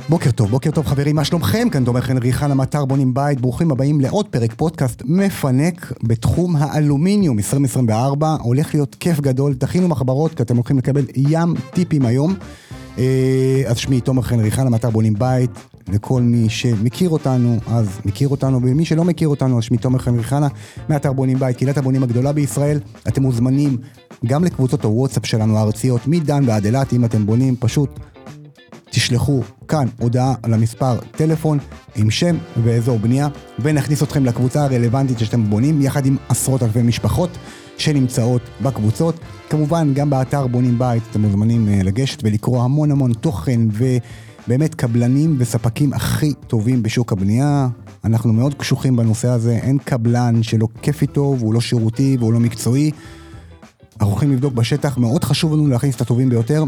בוקר טוב חברים, מה שלומכם? כאן תומר חן ריחן, מאתר בונים בית, ברוכים הבאים לעוד פרק פודקאסט מפנק בתחום האלומיניום. 2024 הולך להיות כיף גדול, תכינו מחברות כי אתם הולכים לקבל ים טיפים היום. אז שמי תומר חן ריחן, מאתר בונים בית, לכל מי שמכיר אותנו אז מכיר אותנו, ומי שלא מכיר אותנו אז שמי תומר חן ריחן, מאתר בונים בית, קהילת הבונים הגדולה בישראל. אתם מוזמנים גם לקבוצות הוואטסאפ שלנו הארציות, מדן ועד אילת. אם אתם בונים, פשוט תשלחו כאן הודעה על המספר טלפון עם שם ואזור בנייה, ונכניס אתכם לקבוצה הרלוונטית שאתם בונים, יחד עם עשרות אלפי משפחות שנמצאות בקבוצות. כמובן גם באתר בונים בית אתם מוזמנים לגשת ולקרוא המון תוכן, ובאמת קבלנים וספקים הכי טובים בשוק הבנייה. אנחנו מאוד קשוחים בנושא הזה, אין קבלן שלא כיף איתו והוא לא שירותי והוא לא מקצועי. אנחנו הולכים לבדוק בשטח, מאוד חשוב לנו להכניס את הטובים ביותר.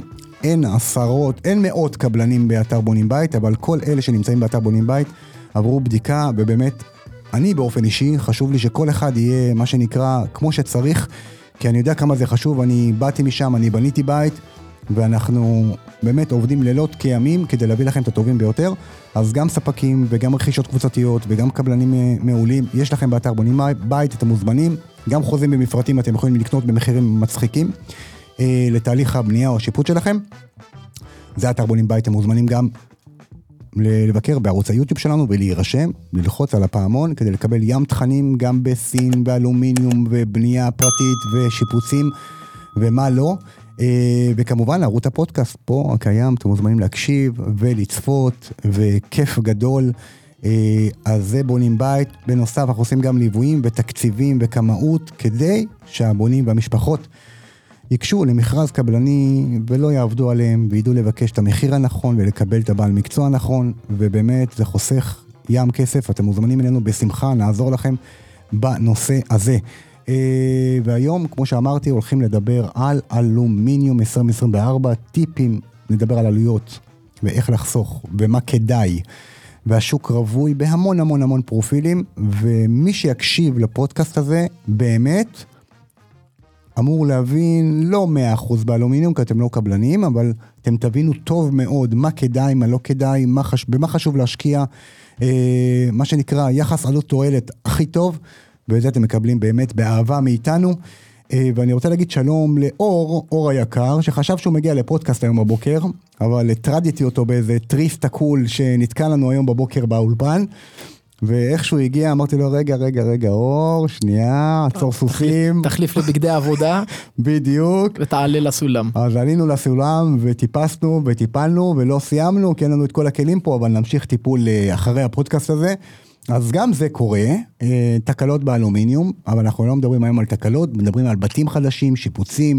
אין מאות קבלנים באתר בונים בית, אבל כל אלה שנמצאים באתר בונים בית עברו בדיקה, ובאמת אני באופן אישי חשוב לי שכל אחד יהיה מה שנקרא כמו שצריך, כי אני יודע כמה זה חשוב. אני באתי משם, אני בניתי בית, ואנחנו באמת עובדים לילות כימים כדי להביא לכם את הטובים ביותר. אז גם ספקים וגם רכישות קבוצתיות וגם קבלנים מעולים יש לכם באתר בונים בית, אתם מוזמנים. גם חוזים במפרטים אתם יכולים לקנות במחירים מצחיקים לתהליך הבנייה או השיפוט שלכם. זה אתר בונים בית. אתם מוזמנים גם לבקר בערוץ היוטיוב שלנו ולהירשם, ללחוץ על הפעמון כדי לקבל ים תכנים גם בסין ואלומיניום ובנייה פרטית ושיפוצים ומה לא. וכמובן ערוץ הפודקאסט פה הקיים, אתם מוזמנים להקשיב ולצפות, וכיף גדול. אז זה בונים בית. בנוסף אנחנו עושים גם ליוויים ותקציבים וכמאות, כדי שהבונים והמשפחות יקשו למכרז קבלני ולא יעבדו עליהם, וידעו לבקש את המחיר הנכון ולקבל את הבעל מקצוע הנכון, ובאמת זה חוסך ים כסף. אתם מוזמנים אלינו בשמחה, נעזור לכם בנושא הזה. והיום, כמו שאמרתי, הולכים לדבר על אלומיניום 2024, טיפים, נדבר על עלויות ואיך לחסוך ומה כדאי. והשוק רווי בהמון פרופילים, ומי שיקשיב לפודקאסט הזה באמת אמור להבין לא 100% באלומיניום, כי אתם לא קבלנים, אבל אתם תבינו טוב מאוד מה כדאי, מה לא כדאי, במה חשוב להשקיע, מה שנקרא יחס עלות תועלת הכי טוב, וזה אתם מקבלים באמת באהבה מאיתנו. ואני רוצה להגיד שלום לאור היקר, שחשב שהוא מגיע לפודקאסט היום בבוקר, אבל הטרדתי אותו באיזה טריס תקול שנתקע לנו היום בבוקר באולפן, ואיכשהו הגיע, אמרתי לו, רגע, אור, שנייה, עצור סוסים. תחליף לבגדי עבודה. בדיוק. ותעלה לסולם. אז עלינו לסולם, וטיפסנו, וטיפלנו, ולא סיימנו, כי אין לנו את כל הכלים פה, אבל נמשיך טיפול אחרי הפודקאסט הזה. אז גם זה קורה, תקלות באלומיניום, אבל אנחנו לא מדברים היום על תקלות, מדברים על בתים חדשים, שיפוצים,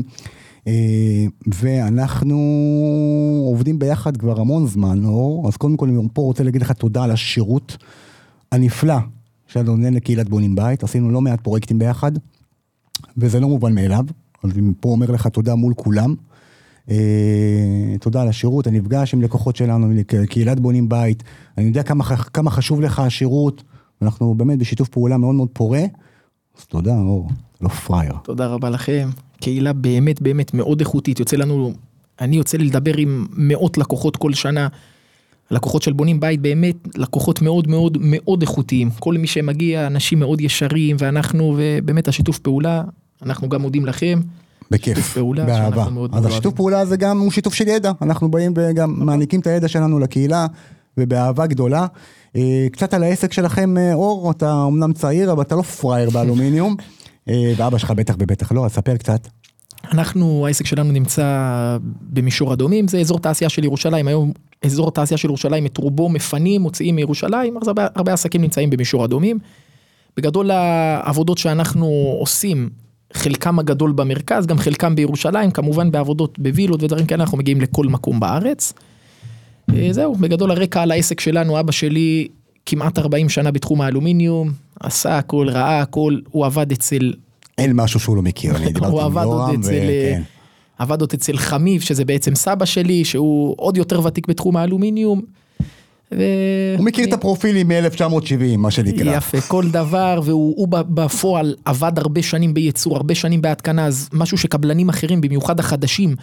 ואנחנו עובדים ביחד כבר המון זמן, אור. אז קודם כל אני פה רוצה להגיד לך תודה על השירות הנפלא שאתה נותן לקהילת בונים בית. עשינו לא מעט פרויקטים ביחד, וזה לא מובן מאליו, אז אני פה אומר לך תודה מול כולם. תודה על השירות, אני נפגש עם לקוחות שלנו, קהילת בונים בית, אני יודע כמה חשוב לך השירות, ואנחנו באמת בשיתוף פעולה מאוד פורה, אז תודה, אור, לא פרייר. תודה רבה לכם, קהילה באמת מאוד איכותית. אני יוצא לי לדבר עם מאות לקוחות כל שנה, לקוחות של בונים בית, באמת לקוחות מאוד איכותיים, כל מי שמגיע, אנשים מאוד ישרים, ואנחנו, ובאמת השיתוף פעולה, אנחנו גם מודים לכם, בכיף, באהבה. אז השיתוף פעולה הזה גם הוא שיתוף של ידע, אנחנו באים וגם מעניקים את הידע שלנו לקהילה, ובאהבה גדולה. קצת על העסק שלכם, אור, אתה אומנם צעיר, אבל אתה לא פרייר באלומיניום, ואבא שלך בטח לא, אז ספר קצת. העסק שלנו נמצא במישור אדומים, זה אזור תעשייה של ירושלים. היום אזור תעשייה של ירושלים את רובו מפנים, מוציאים מירושלים, אז הרבה עסקים נמצאים במישור אדומים. בגדול העבודות שאנחנו עושים, חלקם הגדול במרכז, גם חלקם בירושלים, כמובן בעבודות בווילות ודברים כאלה, אנחנו מגיעים לכל מקום בארץ. זהו, בגדול הרקע על העסק שלנו, אבא שלי כמעט 40 שנה בתחום האלומיניום, עשה הכל, ראה הכל, הוא עבד אצל... אין משהו שהוא לא מכיר, אני דיברתי עם יורם, עבד עוד אצל חמיב, שזה בעצם סבא שלי, שהוא עוד יותר ותיק בתחום האלומיניום, הוא מכיר את הפרופילים מ-1970, מה שנקרא. יפה, כל דבר, והוא בפועל עבד הרבה שנים בייצור, הרבה שנים בהתקנה, אז משהו שקבלנים אחרים, במיוחד החדשים,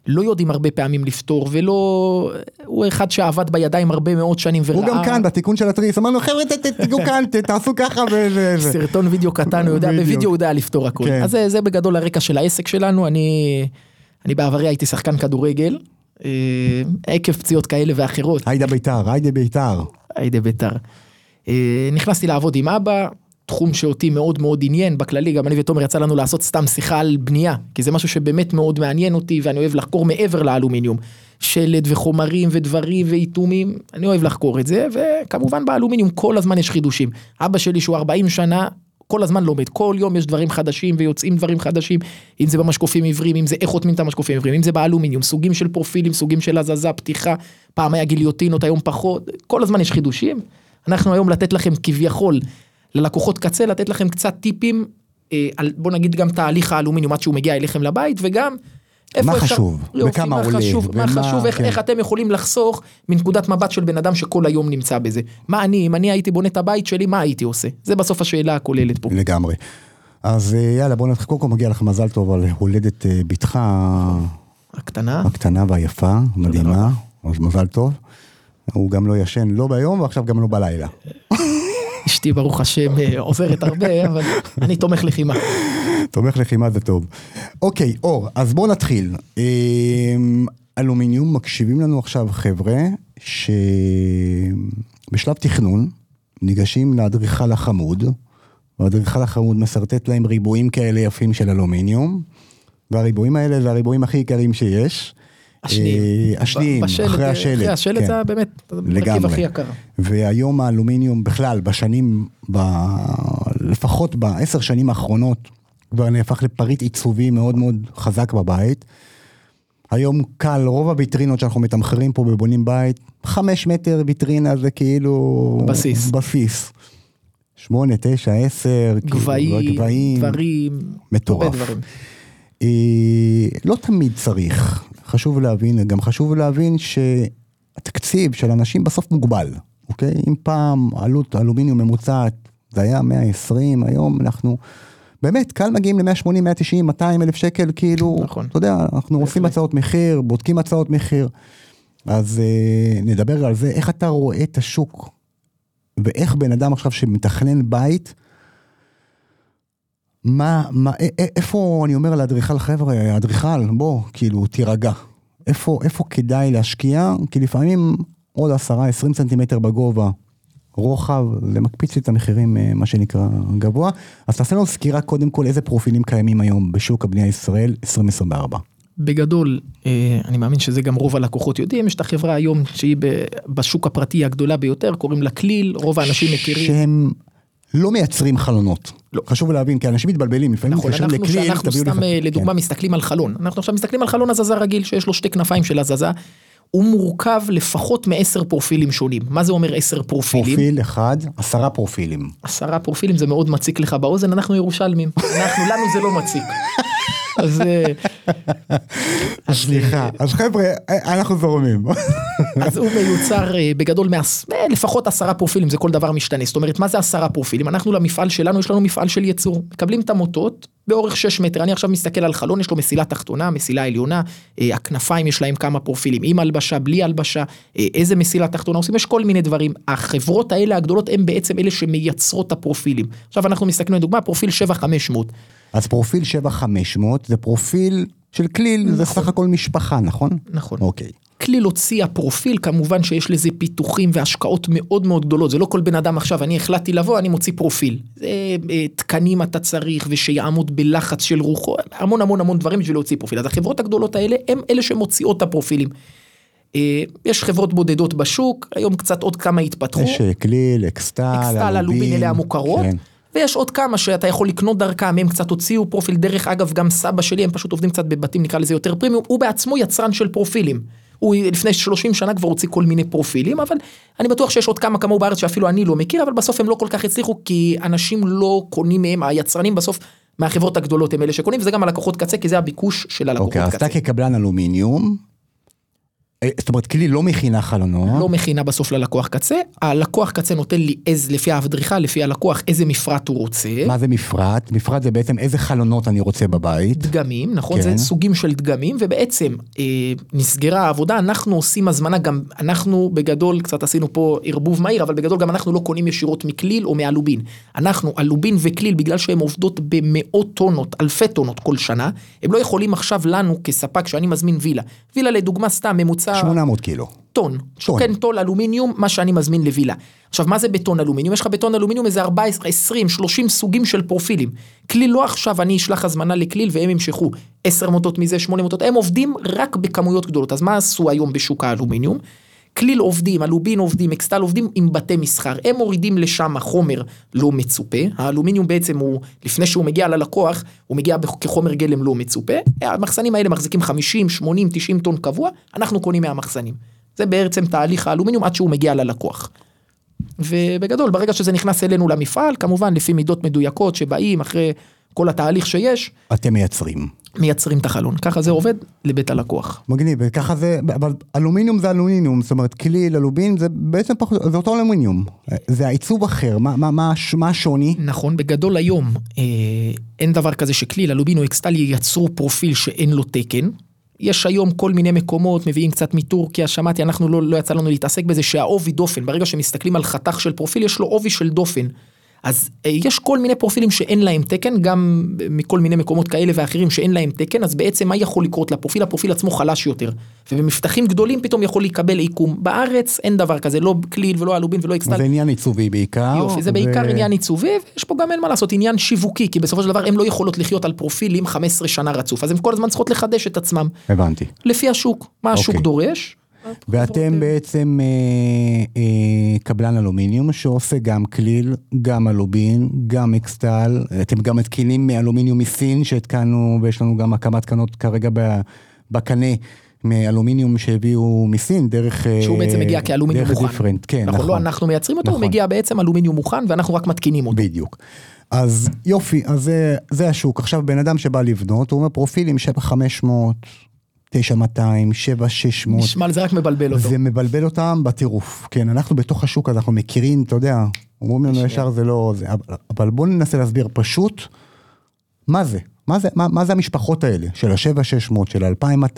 לא יודעים הרבה פעמים לפתור, ולא, הוא אחד שעבד בידיים הרבה מאוד שנים וראה. הוא גם כאן, בתיקון של התריס, אמרנו, חבר'ה, תגעו כאן, תעשו ככה סרטון וידאו קטן, הוא יודע, בווידאו הוא יודע לפתור הכל. אז זה בגדול הרקע של העסק שלנו, אני בעברי הייתי שחקן כדורגל, עקב פציעות כאלה ואחרות. היידה ביתר. נכנסתי לעבוד עם אבא, תחום שאותי מאוד מאוד עניין, בכללי גם אני ותומר יצא לנו לעשות סתם שיחה על בנייה, כי זה משהו שבאמת מאוד מעניין אותי, ואני אוהב לחקור מעבר לאלומיניום, שלד וחומרים ודברים ואיתומים, אני אוהב לחקור את זה, וכמובן באלומיניום כל הזמן יש חידושים. אבא שלי שהוא 40 שנה, כל הזמן לומד, כל יום יש דברים חדשים ויוצאים דברים חדשים, אם זה במשקופים עיוורים, אם זה איך חותמים את המשקופים עיוורים, אם זה באלומיניום, סוגים של פרופילים, סוגים של הזזה, פתיחה, פעם היה גיליוטינות, היום פחות, כל הזמן יש חידושים. אנחנו היום לתת לכם כביכול, ללקוחות קצה, לתת לכם קצת טיפים, בוא נגיד גם תהליך האלומיניום, עד שהוא מגיע אליכם לבית, וגם מה חשוב, וכמה עולה, מה חשוב, איך אתם יכולים לחסוך מנקודת מבט של בן אדם שכל היום נמצא בזה. מה אם אני הייתי בונה את הבית שלי, מה הייתי עושה? זה בסוף השאלה הכוללת פה. לגמרי. אז יאללה, בוא נתחיל, קודם כל מגיע לך מזל טוב על הולדת בתך הקטנה והיפה, מדהימה, אז מזל טוב. הוא גם לא ישן, לא ביום, ועכשיו גם לא בלילה. אשתי ברוך השם עוזרת הרבה, אבל אני תומך לחימה. תומך לחימה זה טוב. אוקיי, אור, אז בואו נתחיל. אלומיניום מקשיבים לנו עכשיו חבר'ה, שבשלב תכנון, ניגשים לאדריכל החמוד, והאדריכל החמוד מסרטט להם ריבועים כאלה יפים של אלומיניום, והריבועים האלה זה הריבועים הכי עיקריים שיש. השניים, אחרי השלט. אחרי השלט זה באמת המרכיב הכי יקר. והיום האלומיניום בכלל, לפחות ב10 שנים האחרונות, כבר נהפך לפריט עיצובי מאוד מאוד חזק בבית. היום קל, רוב הוויטרינות שאנחנו מתמחרים פה בבונים בית, 5 מטר ויטרינה זה כאילו בסיס. 8, 9, 10, גבהים, דברים, מטורף. לא תמיד צריך, גם חשוב להבין שהתקציב של אנשים בסוף מוגבל, אוקיי? אם פעם עלות אלומיניום ממוצעת, זה היה 120, היום אנחנו, באמת, קל מגיעים ל-180, 190, 200 אלף שקל, כאילו, נכון. אתה יודע, אנחנו עושים הצעות מחיר, בודקים הצעות מחיר, אז נדבר על זה, איך אתה רואה את השוק, ואיך בן אדם עכשיו שמתכנן בית, איפה אני אומר לאדריכל חבר'ה, אדריכל, בוא, כאילו, תירגע. איפה כדאי להשקיע? כי לפעמים עוד 10-20 סנטימטר בגובה, רוחב, זה מקפיץ את המחירים, מה שנקרא, גבוה. אז תעשה לנו סקירה קודם כל, איזה פרופילים קיימים היום בשוק הבנייה ישראל 2024. בגדול, אני מאמין שזה גם רוב הלקוחות יודעים, יש את החברה היום שהיא בשוק הפרטי הגדולה ביותר, קוראים לה כליל, רוב האנשים מכירים. שהם לא מייצרים חלונות. לא. חשוב להבין, כי אנשים מתבלבלים, לפעמים נכון, אנחנו סתם לדוגמה מסתכלים על חלון, אנחנו עכשיו מסתכלים על חלון הזזה רגיל, שיש לו 2 כנפיים של הזזה, הוא מורכב לפחות מ10 פרופילים שונים. מה זה אומר 10 פרופילים? פרופיל אחד, 10 פרופילים. 10 פרופילים זה מאוד מציק לך באוזן, אנחנו ירושלמים, לנו זה לא מציק. סליחה, אז חבר'ה, אנחנו זורמים. אז הוא מיוצר בגדול לפחות 10 פרופילים, זה כל דבר משתנה. זאת אומרת, מה זה 10 פרופילים? אנחנו למפעל שלנו, יש לנו מפעל של ייצור. מקבלים את המוטות באורך 6 מטר. אני עכשיו מסתכל על חלון, יש לו מסילה תחתונה, מסילה עליונה, הכנפיים יש להם כמה פרופילים, עם הלבשה, בלי הלבשה, איזה מסילה תחתונה עושים, יש כל מיני דברים. החברות האלה הגדולות הן בעצם אלה שמייצרות את הפרופילים. עכשיו אנחנו מסתכלים לדוגמה, פרופיל 7500. אז פרופיל 7500 זה פרופיל של כליל, נכון. זה סך הכל משפחה, נכון? נכון. אוקיי. כליל הוציא הפרופיל, כמובן שיש לזה פיתוחים והשקעות מאוד מאוד גדולות, זה לא כל בן אדם עכשיו, אני החלטתי לבוא, אני מוציא פרופיל. זה תקנים אתה צריך, ושיעמוד בלחץ של רוחו, המון דברים בשביל להוציא פרופיל. אז החברות הגדולות האלה, הם אלה שמוציאות את הפרופילים. יש חברות בודדות בשוק, היום קצת עוד כמה התפתחו. יש כליל, אקסטל, אלובין, אלה המוכרות. כן. ויש עוד כמה שאתה יכול לקנות דרכם, הם קצת הוציאו פרופיל, דרך אגב גם סבא שלי, הם פשוט עובדים קצת בבתים, נקרא לזה יותר פרימיום, הוא בעצמו יצרן של פרופילים, הוא לפני 30 שנה כבר הוציא כל מיני פרופילים, אבל אני בטוח שיש עוד כמה כמוהו בארץ שאפילו אני לא מכיר, אבל בסוף הם לא כל כך הצליחו, כי אנשים לא קונים מהם, היצרנים בסוף מהחברות הגדולות הם אלה שקונים, וזה גם הלקוחות קצה, כי זה הביקוש של הלקוחות קצה. אז אתה כקבלן אלומיניום, זאת אומרת, כלי לא מכינה חלונות. לא מכינה בסוף ללקוח קצה, הלקוח קצה נותן לי לפי האדריכל, לפי הלקוח, איזה מפרט הוא רוצה. מה זה מפרט? מפרט זה בעצם איזה חלונות אני רוצה בבית. דגמים, נכון? כן. זה סוגים של דגמים, ובעצם נסגרה העבודה, אנחנו עושים הזמנה, גם אנחנו בגדול, קצת עשינו פה ערבוב מהיר, אבל בגדול גם אנחנו לא קונים ישירות מכליל או מאלובין. אנחנו, אלובין וכליל, בגלל שהן עובדות במאות טונות, אלפי טונות כל שנה, הם לא יכולים עכשיו לנו כספק שאני מזמין וילה. וילה לדוגמה סתם ממוצע 800 קילו. טון, שוקן טון אלומיניום, מה שאני מזמין לווילה. עכשיו, מה זה בטון אלומיניום? יש לך בטון אלומיניום איזה 14, 20, 30 סוגים של פרופילים. כליל לא עכשיו, אני אשלח הזמנה לכליל והם ימשכו 10 מוטות מזה, 8 מוטות, הם עובדים רק בכמויות גדולות. אז מה עשו היום בשוק האלומיניום? כליל עובדים, אלובין עובדים, אקסטל עובדים עם בתי מסחר. הם מורידים לשם החומר לא מצופה. האלומיניום בעצם הוא, לפני שהוא מגיע ללקוח, הוא מגיע כחומר גלם לא מצופה. המחסנים האלה מחזיקים 50, 80, 90 טון קבוע, אנחנו קונים מהמחסנים. זה בעצם תהליך האלומיניום עד שהוא מגיע ללקוח. ובגדול, ברגע שזה נכנס אלינו למפעל, כמובן לפי מידות מדויקות שבאים אחרי כל התהליך שיש, אתם מייצרים את החלון. ככה זה עובד לבית הלקוח. מגניב, וככה זה, אבל אלומיניום זה אלומיניום, זאת אומרת, כליל, אלובין, זה בעצם פחות, זה אותו אלומיניום. זה העיצוב אחר, מה השוני? נכון, בגדול היום, אין דבר כזה שכליל, אלובין או אקסטל ייצרו פרופיל שאין לו תקן. יש היום כל מיני מקומות, מביאים קצת מטורקיה, שמעתי, אנחנו לא יצא לנו להתעסק בזה, שהעובי דופן, ברגע שמסתכלים על חתך של פרופיל, יש לו עובי של דופן. אז יש כל מיני פרופילים שאין להם תקן, גם מכל מיני מקומות כאלה ואחרים שאין להם תקן, אז בעצם מה יכול לקרות לפרופיל? הפרופיל עצמו חלש יותר, ובמפתחים גדולים פתאום יכול לקבל עיקום. בארץ אין דבר כזה, לא כליל ולא אלובין ולא אקסטל. זה עניין עיצובי בעיקר. יופי, זה בעיקר עניין עיצובי, ויש פה גם אין מה לעשות, עניין שיווקי, כי בסופו של דבר הם לא יכולות לחיות על פרופילים 15 שנה רצוף, אז הם כל הזמן צריכות לחדש את עצמם. הבנתי. לפי השוק, מה השוק דורש. ואתם בעצם קבלן אלומיניום שעושה גם כליל, גם אלובין, גם אקסטל, אתם גם מתקינים מאלומיניום מסין שהתקנו, ויש לנו גם הקמת קנות כרגע בקנה מאלומיניום שהביאו מסין, דרך שהוא בעצם מגיע כאלומיניום מוכן. כן, נכון. לא אנחנו מייצרים אותו, הוא מגיע בעצם אלומיניום מוכן, ואנחנו רק מתקינים אותו. בדיוק. אז יופי, אז זה השוק. עכשיו בן אדם שבא לבנות, הוא אומר פרופילים 7500, 9200, 7600. נשמע, זה רק מבלבל אותו. זה מבלבל אותם בטירוף. כן, אנחנו בתוך השוק, אז אנחנו מכירים, אתה יודע, אומרים לנו ישר זה לא זה, אבל בואו ננסה להסביר פשוט, מה זה? מה זה המשפחות האלה? של ה-7600, של ה-2200?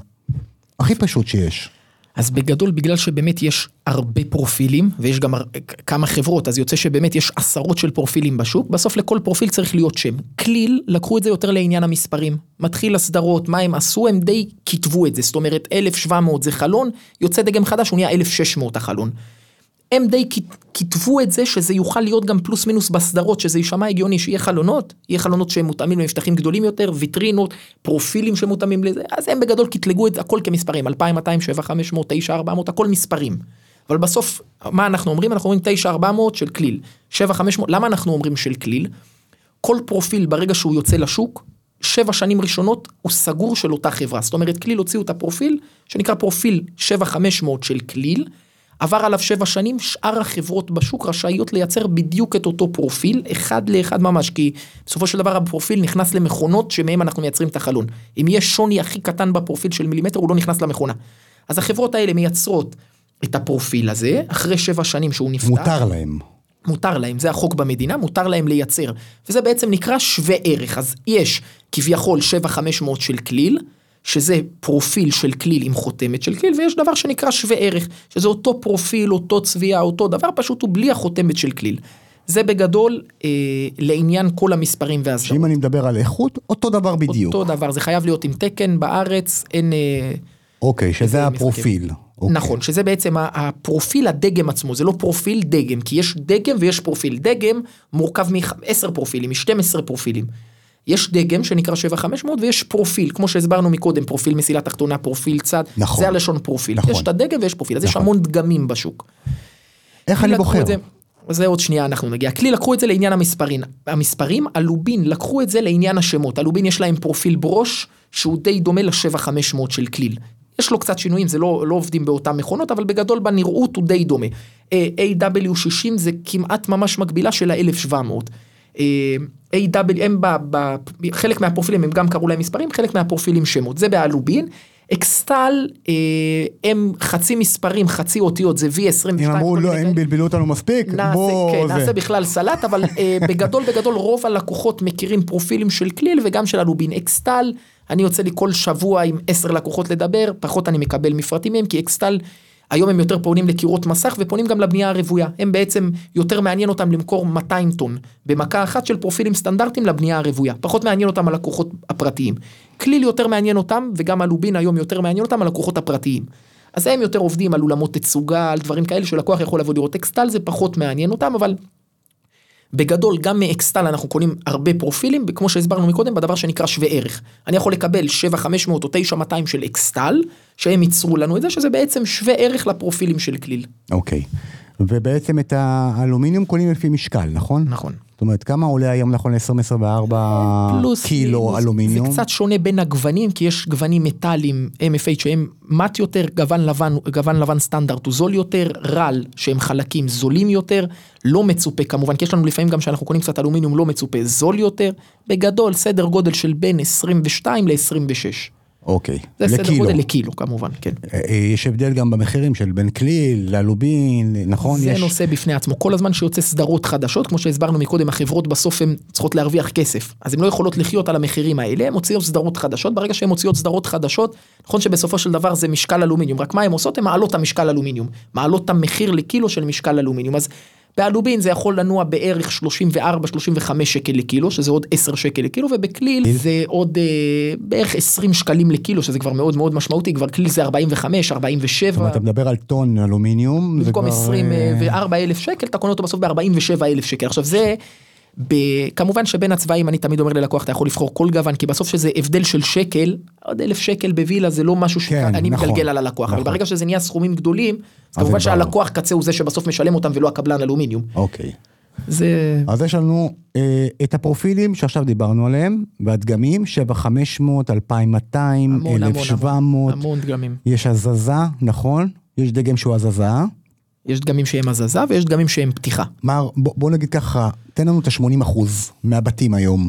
הכי פשוט שיש. אז בגדול, בגלל שבאמת יש הרבה פרופילים, ויש גם כמה חברות, אז יוצא שבאמת יש עשרות של פרופילים בשוק, בסוף לכל פרופיל צריך להיות שם. כליל, לקחו את זה יותר לעניין המספרים. מתחיל הסדרות, מה הם עשו, הם די כתבו את זה, זאת אומרת 1700 זה חלון, יוצא דגם חדש, הוא נהיה 1600 החלון. הם די כתבו את זה, שזה יוכל להיות גם פלוס מינוס בסדרות, שזה יישמע הגיוני, שיהיה חלונות שהם מותאמים למפתחים גדולים יותר, ויטרינות, פרופילים שמותאמים לזה, אז הם בגדול כתלגו את זה, הכל כמספרים, 2200, 7500, 9400, הכל מספרים. אבל בסוף, מה אנחנו אומרים? אנחנו אומרים 9400 של כליל, 7500, למה אנחנו אומרים של כליל? כל פרופיל ברגע שהוא יוצא לשוק, 7 שנים ראשונות הוא סגור של אותה חברה, זאת אומרת, כליל הוציאו את הפרופיל, שנקרא פרופיל 7500 של כליל, עבר עליו 7 שנים, שאר החברות בשוק רשאיות לייצר בדיוק את אותו פרופיל, אחד לאחד ממש, כי בסופו של דבר הפרופיל נכנס למכונות שמהם אנחנו מייצרים את החלון. אם יש שוני הכי קטן בפרופיל של מילימטר, הוא לא נכנס למכונה. אז החברות האלה מייצרות את הפרופיל הזה, אחרי 7 שנים שהוא נפתח. מותר להם, זה החוק במדינה, מותר להם לייצר. וזה בעצם נקרא שווה ערך. אז יש כביכול 7500 של כליל, שזה פרופיל של כליל עם חותמת של כליל, ויש דבר שנקרא שווה ערך, שזה אותו פרופיל, אותו צביעה, אותו דבר, פשוט הוא בלי החותמת של כליל. זה בגדול לעניין כל המספרים והסדרות. שאם אני מדבר על איכות, אותו דבר בדיוק. אותו דבר, זה חייב להיות עם תקן בארץ, אין... אוקיי, שזה הפרופיל. נכון, שזה בעצם הפרופיל הדגם עצמו, זה לא פרופיל דגם, כי יש דגם ויש פרופיל. דגם מורכב מ10 פרופילים, מ12 פרופילים. יש דגם שנקרא 7500 ויש פרופיל, כמו שהסברנו מקודם, פרופיל מסילה תחתונה, פרופיל צד, נכון, זה הלשון פרופיל. נכון. יש את הדגם ויש פרופיל, אז נכון. יש המון דגמים בשוק. איך אני בוחר? זה עוד שנייה אנחנו נגיע. כלי לקחו את זה לעניין המספרים, אלובין לקחו את זה לעניין השמות. אלובין יש להם פרופיל ברוש, שהוא די דומה ל-7500 של כליל. יש לו קצת שינויים, זה לא עובדים באותן מכונות, אבל בגדול בנראות הוא די דומה. AW60 זה כמעט ממש מקבילה של ה-1700. חלק מהפרופילים הם גם קראו להם מספרים, חלק מהפרופילים שמות, זה באלובין, אקסטל, הם חצי מספרים, חצי אותיות, זה V22. אם אמרו, לא, הם בלבלו אותנו מספיק, נעשה בכלל סלט, אבל בגדול רוב הלקוחות מכירים פרופילים של כליל, וגם של אלובין. אקסטל, אני יוצא לי כל שבוע עם 10 לקוחות לדבר, פחות אני מקבל מפרטים מהם, כי אקסטל, היום הם יותר פונים לקירות מסך, ופונים גם לבנייה הרוויה. הם בעצם יותר מעניין אותם למכור 200 טון, במכה אחת של פרופילים סטנדרטיים לבנייה הרוויה. פחות מעניין אותם הלקוחות הפרטיים. כליל יותר מעניין אותם, וגם אלובין היום יותר מעניין אותם הלקוחות הפרטיים. אז הם יותר עובדים על אולמות תצוגה, על דברים כאלה שלקוח יכול לבוא לראות. אקסטל זה פחות מעניין אותם, אבל בגדול, גם מאקסטל אנחנו קונים הרבה פרופילים, כמו שהסברנו מקודם, בדבר שנקרא שווה ערך. אני יכול לקבל 7,500 או 9,200 של אקסטל, שהם ייצרו לנו את זה, שזה בעצם שווה ערך לפרופילים של כליל. אוקיי. ובעצם את האלומיניום קונים לפי משקל, נכון? נכון. זאת אומרת, כמה עולה היום נכון ל-2024 קילו אלומיניום? זה קצת שונה בין הגוונים, כי יש גוונים מטאליים, MFH, שהם מת יותר, גוון לבן סטנדרט הוא זול יותר, רל, שהם חלקים זולים יותר, לא מצופה כמובן, כי יש לנו לפעמים גם שאנחנו קונים קצת אלומיניום לא מצופה, זול יותר, בגדול סדר גודל של בין 22 ל-26. אוקיי. זה סדר גודל לקילו כמובן, כן. יש הבדל גם במחירים של בין כליל, לאלובין, נכון? זה נושא בפני עצמו. כל הזמן שיוצא סדרות חדשות, כמו שהסברנו מקודם, החברות בסוף הן צריכות להרוויח כסף. אז הן לא יכולות לחיות על המחירים האלה, הן מוציאות סדרות חדשות. ברגע שהן מוציאות סדרות חדשות, נכון שבסופו של דבר זה משקל אלומיניום. רק מה הן עושות? הן מעלות את המשקל אלומיניום. מעלות את המחיר לקילו של משקל אלומיניום. אז באלובין זה יכול לנוע בערך 34-35 שקל לקילו, שזה עוד 10 שקל לקילו, ובכליל זה עוד בערך 20 שקלים לקילו, שזה כבר מאוד מאוד משמעותי, כבר כליל זה 45, 47. זאת אומרת, אתה מדבר על טון אלומיניום. במקום 24,000 שקל, אתה קונה אותו בסוף ב-47,000 שקל. עכשיו זה, כמובן שבין הצבעים אני תמיד אומר ללקוח, אתה יכול לבחור כל גוון, כי בסוף שזה הבדל של שקל, עוד 1,000 שקל בווילה, זה לא משהו שאני מגלגל על הלקוח, אבל ברגע שזה נהיה סכומים גדולים, אז כמובן שהלקוח קצה הוא זה שבסוף משלם אותם, ולא הקבלן אלומיניום. אוקיי. אז יש לנו את הפרופילים שעכשיו דיברנו עליהם, והדגמים, 7,500, 2,200, 1,700. המון דגמים. יש הזזה, נכון? יש דגם שהוא הזזה. יש דגמים שהם הזזה, ויש דגמים שהם פתיחה. בוא נגיד ככה, תן לנו את ה-80% מהבתים היום,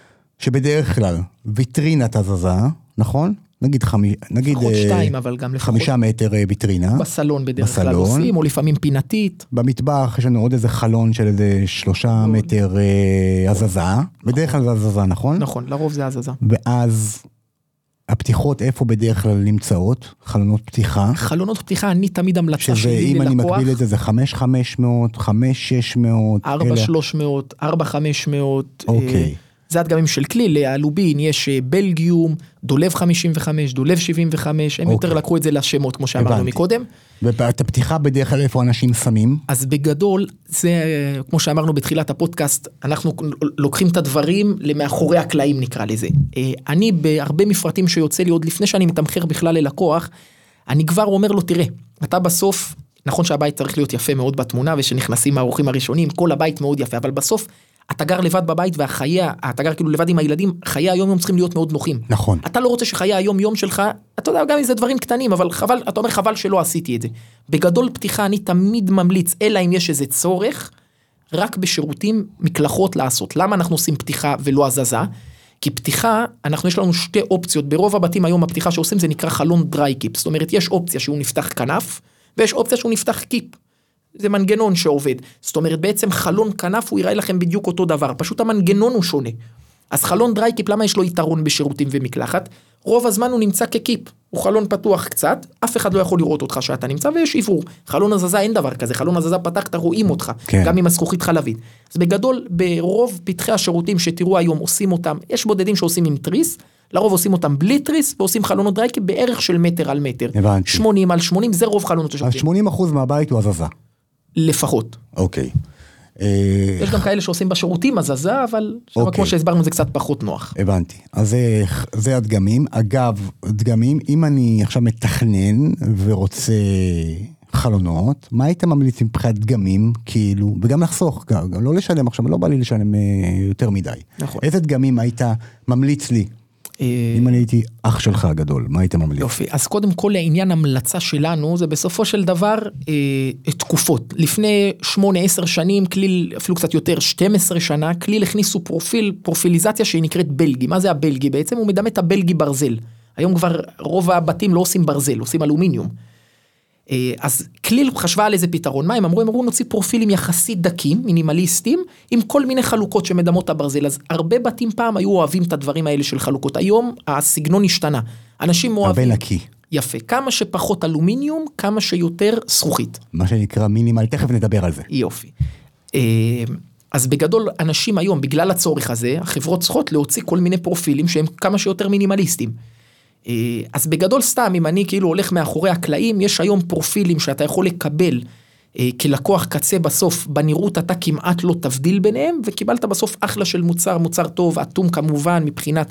שבדרך כלל ויטרינת הזזה, נכון? נגיד לפחות 2, אבל גם לפחות 5 מטר ויטרינה. בסלון בדרך כלל עושים, או לפעמים פינתית. במטבח יש לנו עוד איזה חלון של איזה 3 מטר הזזה. בדרך כלל זה הזזה, נכון? נכון, לרוב זה הזזה. ואז הפתיחות איפה בדרך כלל נמצאות? חלונות פתיחה? חלונות פתיחה, אני תמיד המלצה שלי ללקוח. שזה, אם אני מקביל את זה, זה 5,500, 5,600. 4,300, 4,500. אוקיי. זה הדגמים של כליל, לאלובין יש בלגיום, דולב 55, דולב 75, הם יותר לקחו את זה לשמות, כמו שאמרנו מקודם. ואת הפתיחה בדרך כלל איפה אנשים שמים? אז בגדול, זה, כמו שאמרנו בתחילת הפודקאסט, אנחנו לוקחים את הדברים למאחורי הקלעים נקרא לזה. אני בהרבה מפרטים שיוצא לי עוד לפני שאני מתמחר בכלל ללקוח, אני כבר אומר לו, תראה, אתה בסוף, נכון שהבית צריך להיות יפה מאוד בתמונה, ושנכנסים האורחים הראשונים, כל הבית מאוד יפה, אבל בסוף, אתה גר לבד בבית אתה גר כאילו לבד עם הילדים, חיי היום יום צריכים להיות מאוד נוחים. נכון. אתה לא רוצה שחיי היום יום שלך, אתה יודע גם אם זה דברים קטנים, אבל חבל, אתה אומר חבל שלא עשיתי את זה. בגדול פתיחה אני תמיד ממליץ, אלא אם יש איזה צורך, רק בשירותים מקלחות לעשות. למה אנחנו עושים פתיחה ולא הזזה? כי פתיחה, יש לנו 2 אופציות, ברוב הבתים היום הפתיחה שעושים זה נקרא חלון דריי קיפ, זאת אומרת יש אופציה שהוא נפתח כנף, ויש אופציה שהוא נפתח קיפ. זה מנגנון שעובד. זאת אומרת, בעצם חלון כנף הוא יראה לכם בדיוק אותו דבר, פשוט המנגנון הוא שונה. אז חלון דריי קיפ, למה יש לו יתרון בשירותים ומקלחת? רוב הזמן הוא נמצא כקיפ, הוא חלון פתוח קצת, אף אחד לא יכול לראות אותך שאתה נמצא, ויש עיוור. חלון הזזה אין דבר כזה, חלון הזזה פתחת, רואים אותך, כן. גם עם הזכוכית חלבית. אז בגדול, ברוב פתחי השירותים שתראו היום עושים אותם, יש בודדים שעושים עם טריס, לרוב עושים אותם בלי טריס, ועושים חלונות דריי קיפ בערך של מטר על מטר. הבנתי. 80 על 80, זה רוב חלונות השירותים. אז 80% מהבית הוא הזזה. לפחות. אוקיי. יש גם כאלה שעושים בשירותים הזזה, אבל כמו שהסברנו זה קצת פחות נוח. הבנתי. אז זה הדגמים. אגב, דגמים, אם אני עכשיו מתכנן ורוצה חלונות, מה היית ממליץ מבחינת דגמים, כאילו, וגם לחסוך, לא לשלם עכשיו, לא בא לי לשלם יותר מדי. נכון. איזה דגמים היית ממליץ לי? אם אני הייתי אח שלך הגדול, מה היית ממליץ? יופי, אז קודם כל לעניין המלצה שלנו, זה בסופו של דבר תקופות. לפני 8-10 שנים, כליל, אפילו קצת יותר, 12 שנה, כליל הכניסו פרופיליזציה שהיא נקראת בלגי. מה זה הבלגי? בעצם הוא מדמה את הבלגי ברזל. היום כבר רוב הבתים לא עושים ברזל, עושים אלומיניום. אז כליל חשבה על איזה פתרון, מה הם אמרו נוציא פרופילים יחסית דקים, מינימליסטים, עם כל מיני חלוקות שמדמות הברזל, אז הרבה בתים פעם היו אוהבים את הדברים האלה של חלוקות, היום הסגנון השתנה, אנשים אוהבים, הרבה נקי. יפה, כמה שפחות אלומיניום, כמה שיותר זכוכית. מה שנקרא מינימל, תכף נדבר על זה. יופי. אז בגדול אנשים היום, בגלל הצורך הזה, החברות צריכות להוציא כל מיני פרופילים שהם כמה שיותר מינימליסטים. אז בגדול סתם, אם אני כאילו הולך מאחורי הקלעים, יש היום פרופילים שאתה יכול לקבל כלקוח קצה בסוף, בנראות אתה כמעט לא תבדיל ביניהם, וקיבלת בסוף אחלה של מוצר טוב, אטום כמובן, מבחינת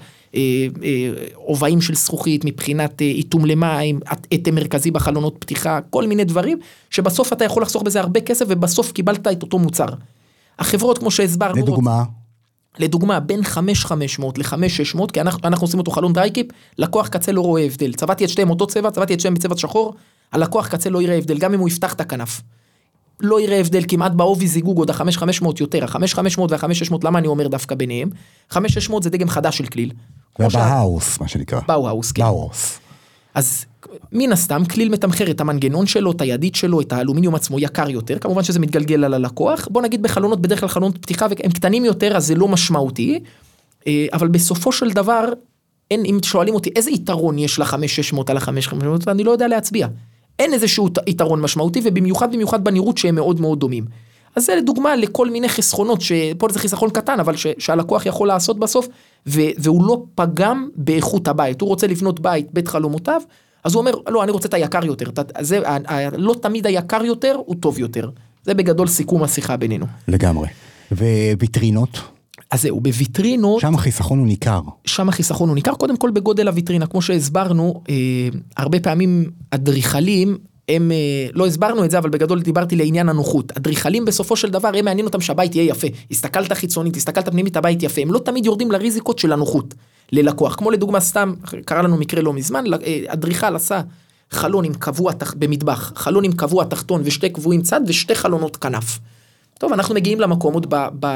עובעים של זכוכית, מבחינת איתום למים, אטם מרכזי בחלונות פתיחה, כל מיני דברים, שבסוף אתה יכול לחסוך בזה הרבה כסף, ובסוף קיבלת את אותו מוצר. החברות כמו שהסברנו, לדוגמה, בין 5,500 ל-5,600, כי אנחנו עושים אותו חלון דרייקיפ, לקוח קצה לא רואה הבדל. צבעתי את שתיהם אותו צבע, צבעתי את שתיהם בצבע שחור, הלקוח קצה לא יראה הבדל, גם אם הוא יפתח את הכנף. לא יראה הבדל, כמעט בעובי זיגוג עוד ה-5,500 יותר, ה-5,500 וה-5,600, למה אני אומר דווקא ביניהם? 5,600 זה דגם חדש של כליל. ובאוס, מה שנקרא. באוס, כן. באוס. אז מן הסתם, כליל מתמחר את המנגנון שלו, את הידית שלו, את האלומיניום עצמו יקר יותר, כמובן שזה מתגלגל על הלקוח, בוא נגיד בחלונות, בדרך כלל חלונות פתיחה, הם קטנים יותר, אז זה לא משמעותי, אבל בסופו של דבר, אם שואלים אותי, איזה יתרון יש ל-5,600 על ה-5,500, אני לא יודע להצביע. אין איזשהו יתרון משמעותי, ובמיוחד בנראות שהם מאוד מאוד דומים. אז זה לדוגמה לכל מיני חסכונות, שפה זה חיסכון קטן, אבל שהלקוח יכול לעשות בסוף, והוא לא פגם באיכות הבית. הוא רוצה לבנות בית חלומותיו, אז הוא אומר, לא, אני רוצה את היקר יותר. לא תמיד היקר יותר, הוא טוב יותר. זה בגדול סיכום השיחה בינינו. לגמרי. וויטרינות? אז זהו, בוויטרינות... שם החיסכון הוא ניכר. שם החיסכון הוא ניכר, קודם כל בגודל הוויטרינה. כמו שהסברנו, הרבה פעמים אדריכלים, הם, לא הסברנו את זה, אבל בגדול דיברתי לעניין הנוחות. אדריכלים בסופו של דבר, הם מעניין אותם שהבית יהיה יפה. הסתכלת חיצונית, הסתכלת פנימית, הבית יפה. הם לא תמיד יורדים לריזיקות של הנוחות ללקוח. כמו לדוגמה, סתם, קרה לנו מקרה לא מזמן, אדריכל עשה חלון עם קבוע במטבח, חלון עם קבוע תחתון ושתי קבועים צד ושתי חלונות כנף. טוב, אנחנו מגיעים למקום עוד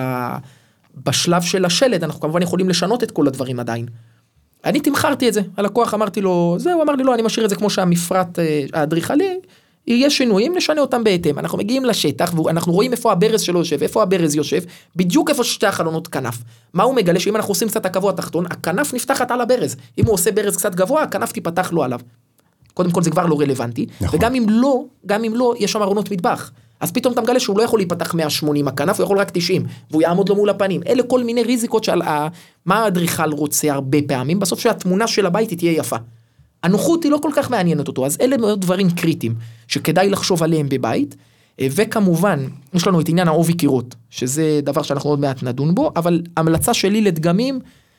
בשלב של השלד, אנחנו כמובן יכולים לשנות את כל הדברים עדיין. אני תמחרתי את זה, הלקוח אמרתי לו, הוא אמר לי לא, אני משאיר את זה כמו שהמפרט האדריכלי, יהיה שינויים, נשנה אותם בהתאם, אנחנו מגיעים לשטח, ואנחנו רואים איפה הברז שלו יושב, איפה הברז יושב, בדיוק איפה שתי החלונות כנף. מה הוא מגלה? שאם אנחנו עושים קצת הקבוע התחתון, הכנף נפתחת על הברז, אם הוא עושה ברז קצת גבוה, הכנף תיפתח לו עליו. קודם כל זה כבר לא רלוונטי, נכון. וגם אם לא, יש שם ארונות מטבח. אז פתאום אתה מגלה שהוא לא יכול להיפתח 180 הכנף, הוא יכול רק 90, והוא יעמוד לו מול הפנים. אלה כל מיני ריזיקות של מה האדריכל רוצה הרבה פעמים, בסוף שהתמונה של הבית תהיה יפה. הנוחות היא לא כל כך מעניינת אותו, אז אלה מאוד דברים קריטיים, שכדאי לחשוב עליהם בבית, וכמובן, יש לנו את עניין העובי קירות, שזה דבר שאנחנו עוד מעט נדון בו, אבל המלצה שלי לדגמים,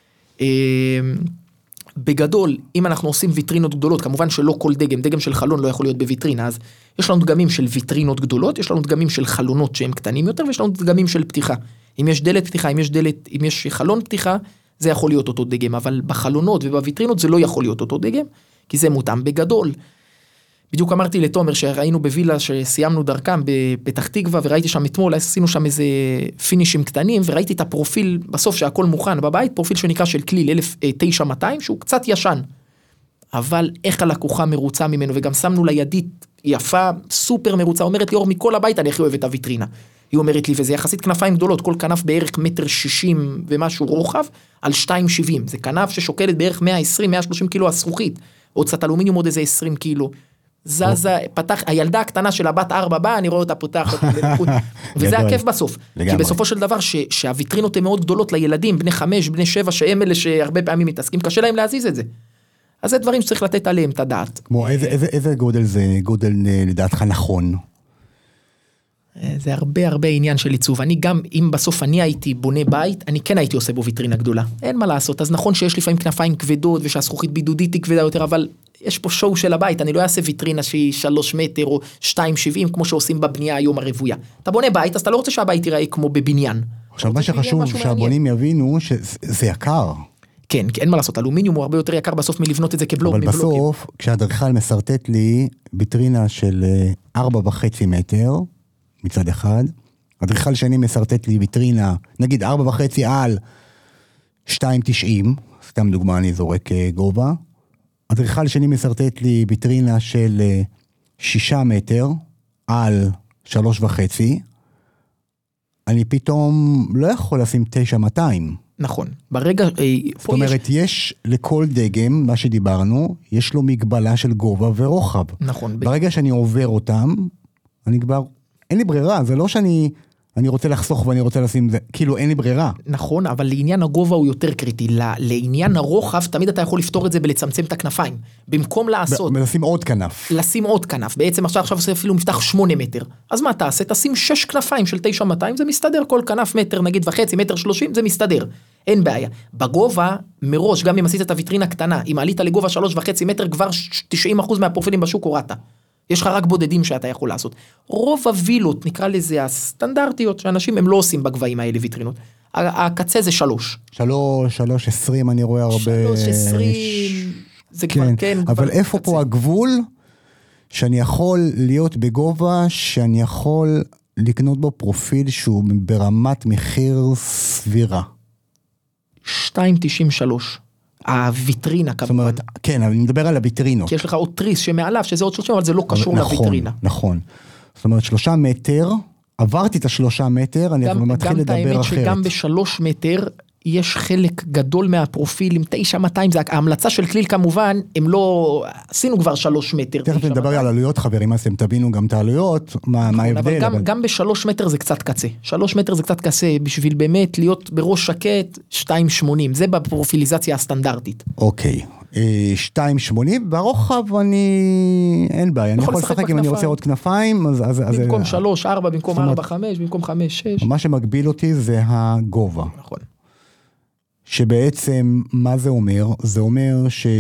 בגדול, אם אנחנו עושים ויטרינות גדולות, כמובן שלא כל דגם של חלון לא יכול להיות בוויטרינה, אז יש לנו דגמים של ויטרינות גדולות, יש לנו דגמים של חלונות שהם קטנים יותר, ויש לנו דגמים של פתיחה. אם יש דלת פתיחה, אם יש חלון פתיחה, זה יכול להיות אותו דגם, אבל בחלונות ובוויטרינות זה לא יכול להיות אותו דגם, כי זה מותאם בגדול. בדיוק אמרתי לתומר שראינו בווילה שסיימנו דרכם בפתח תקווה, וראיתי שם אתמול, עשינו שם איזה פינישים קטנים, וראיתי את הפרופיל בסוף שהכל מוכן בבית, פרופיל שנקרא של כליל 1200, שהוא קצת ישן, אבל איך הלקוחה מרוצה ממנו, וגם שמנו לה ידית יפה, סופר מרוצה, אומרת לי, אור, מכל הבית אני הכי אוהב את הוויטרינה. היא אומרת לי, וזה יחסית כנפיים גדולות, כל כנף בערך 1.60 ומשהו רוחב, על 2.70, זה כנף ששוקלת בערך 120-130 קילו הזכוכית, עוד קצת אלומיניום עוד איזה 20 קילו, זזה, פתח, הילדה הקטנה של הבת 4 באה, אני רואה אותה פותחת, וזה הכיף בסוף, כי בסופו של דבר שהוויטרינות הן מאוד גדולות לילדים, בני 5, בני 7, שהם אלה שהרבה פעמים מתעסקים, קשה להם להזיז את זה. אז זה דברים שצריך לתת עליהם את הדעת. כמו איזה גודל זה, גודל לדעתך נכון? זה הרבה עניין של עיצוב. אני גם, אם בסוף אני הייתי בונה בית, אני כן הייתי עושה בו ויטרינה גדולה. אין מה לעשות. אז נכון שיש לפעמים כנפיים כבדות, ושהזכוכית בידודית היא כבדה יותר, אבל יש פה שואו של הבית. אני לא אעשה ויטרינה שהיא 3 מטר או 2.70, כמו שעושים בבנייה היום הרבויה. אתה בונה בית, אז אתה לא רוצה שהבית ייראה כמו בבניין. עכשיו, מה שחשוב שהבונים יבינו שזה יקר. כן, אין מה לעשות. אלומיניום הוא הרבה יותר יקר בסוף מלבנות את זה כבלוק. אבל בסוף, כשהאדריכל מסרטט לי ויטרינה של 4.5 מטר, מצד אחד, אדריכל שני מסרטט לי ויטרינה, נגיד 4.5 על 2.90, סתם דוגמה אני זורק גובה, אדריכל שני מסרטט לי ויטרינה של 6 מטר על 3.5, אני פתאום לא יכול לשים 9,200. נכון, ברגע, זאת אומרת, יש לכל דגם, מה שדיברנו, יש לו מגבלה של גובה ורוחב. נכון. ברגע שאני עובר אותם, אני כבר, אין לי ברירה, זה לא שאני רוצה לחסוך ואני רוצה לשים זה, כאילו אין לי ברירה. נכון, אבל לעניין הגובה הוא יותר קריטי, לעניין הרוחב, תמיד אתה יכול לפתור את זה בלצמצם את הכנפיים, במקום לעשות. ולשים עוד כנף. לשים עוד כנף, בעצם עכשיו עושה אפילו מפתח 8 מטר, אז מה תעשה? תשים 6 כנפיים של 9,200, זה מסתדר, כל כנף מטר, נגיד וחצי, מטר 30, זה מסתדר, אין בעיה. בגובה, מראש, גם אם עשית את הוויטרינה קטנה, אם עלית לגובה 3.5 מטר, כבר 90% מהפרופילים בשוק הורדת. יש לך רק בודדים שאתה יכול לעשות. רוב הווילות, נקרא לזה הסטנדרטיות, שאנשים הם לא עושים בגבהים האלה ויטרינות. הקצה זה 3. 3.20 אני רואה הרבה. 3.20, זה כבר כן. אבל איפה פה הגבול שאני יכול להיות בגובה, שאני יכול לקנות בו פרופיל שהוא ברמת מחיר סבירה? 2.93. הוויטרינה כמובן. זאת אומרת, כן, אבל אני מדבר על הוויטרינות. כי יש לך עוד תריס שמעליו, שזה עוד 30, אבל זה לא קשור לוויטרינה. נכון. זאת אומרת, 3 מטר, עברתי את 3 מטר, אני מתחיל לדבר אחרת. גם את האמת שגם ב3 מטר, יש חלק גדול מהפרופיל עם 9,200, זה ההמלצה של כליל כמובן, הם לא, עשינו כבר 3 מטר. תכף נדבר על עלויות חברים, אז אתם תבינו גם את העלויות, מה ההבדל. אבל גם ב3 מטר זה קצת קצה, 3 מטר זה קצת קצה, בשביל באמת להיות בראש שקט, 2.80, זה בפרופיליזציה הסטנדרטית. אוקיי, 2.80, ברוחב אין בעיה, אני יכול לשחק אם אני רוצה עוד כנפיים, אז במקום 3, 4, במקום 4, 5, במקום 5, 6. מה שמגביל אותי זה הגובה. נכון. שבעצם מה זה אומר? זה אומר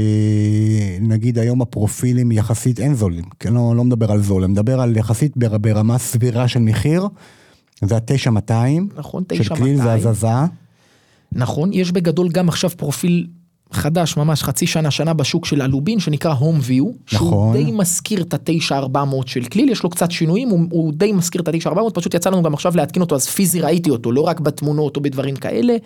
שנגיד היום הפרופילים יחסית אין זולים, כי אני לא מדבר על זול, אני מדבר על יחסית ברמה סבירה של מחיר, זה ה-9,200, נכון, של כליל זה הזזה. נכון, יש בגדול גם עכשיו פרופיל חדש, ממש חצי שנה בשוק של אלובין, שנקרא Home View, שהוא נכון. די מזכיר את ה-9,400 של כליל, יש לו קצת שינויים, הוא די מזכיר את ה-9,400, פשוט יצא לנו גם עכשיו להתקין אותו, אז פיזי ראיתי אותו, לא רק בתמונות או בדברים כאלה,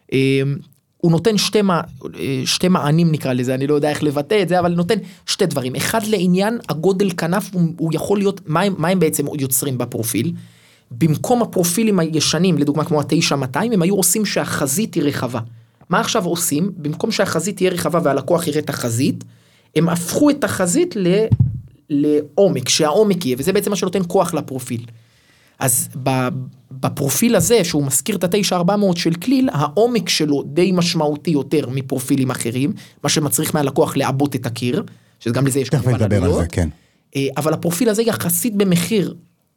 הוא נותן שתי מענים נקרא לזה, אני לא יודע איך לבטא את זה, אבל נותן שתי דברים. אחד לעניין, הגודל כנף, הוא יכול להיות, מה הם בעצם יוצרים בפרופיל? במקום הפרופילים הישנים, לדוגמה כמו ה-9,200, הם היו עושים שהחזית היא רחבה. מה עכשיו עושים? במקום שהחזית תהיה רחבה והלקוח יראה את החזית, הם הפכו את החזית לעומק, שהעומק יהיה, וזה בעצם מה שנותן כוח לפרופיל. אז בפרופיל הזה, שהוא מזכיר את ה-9,400 של כליל, העומק שלו די משמעותי יותר מפרופילים אחרים, מה שמצריך מהלקוח לעבות את הקיר, שגם לזה יש כמובן עלויות. כן. אבל הפרופיל הזה יחסית במחיר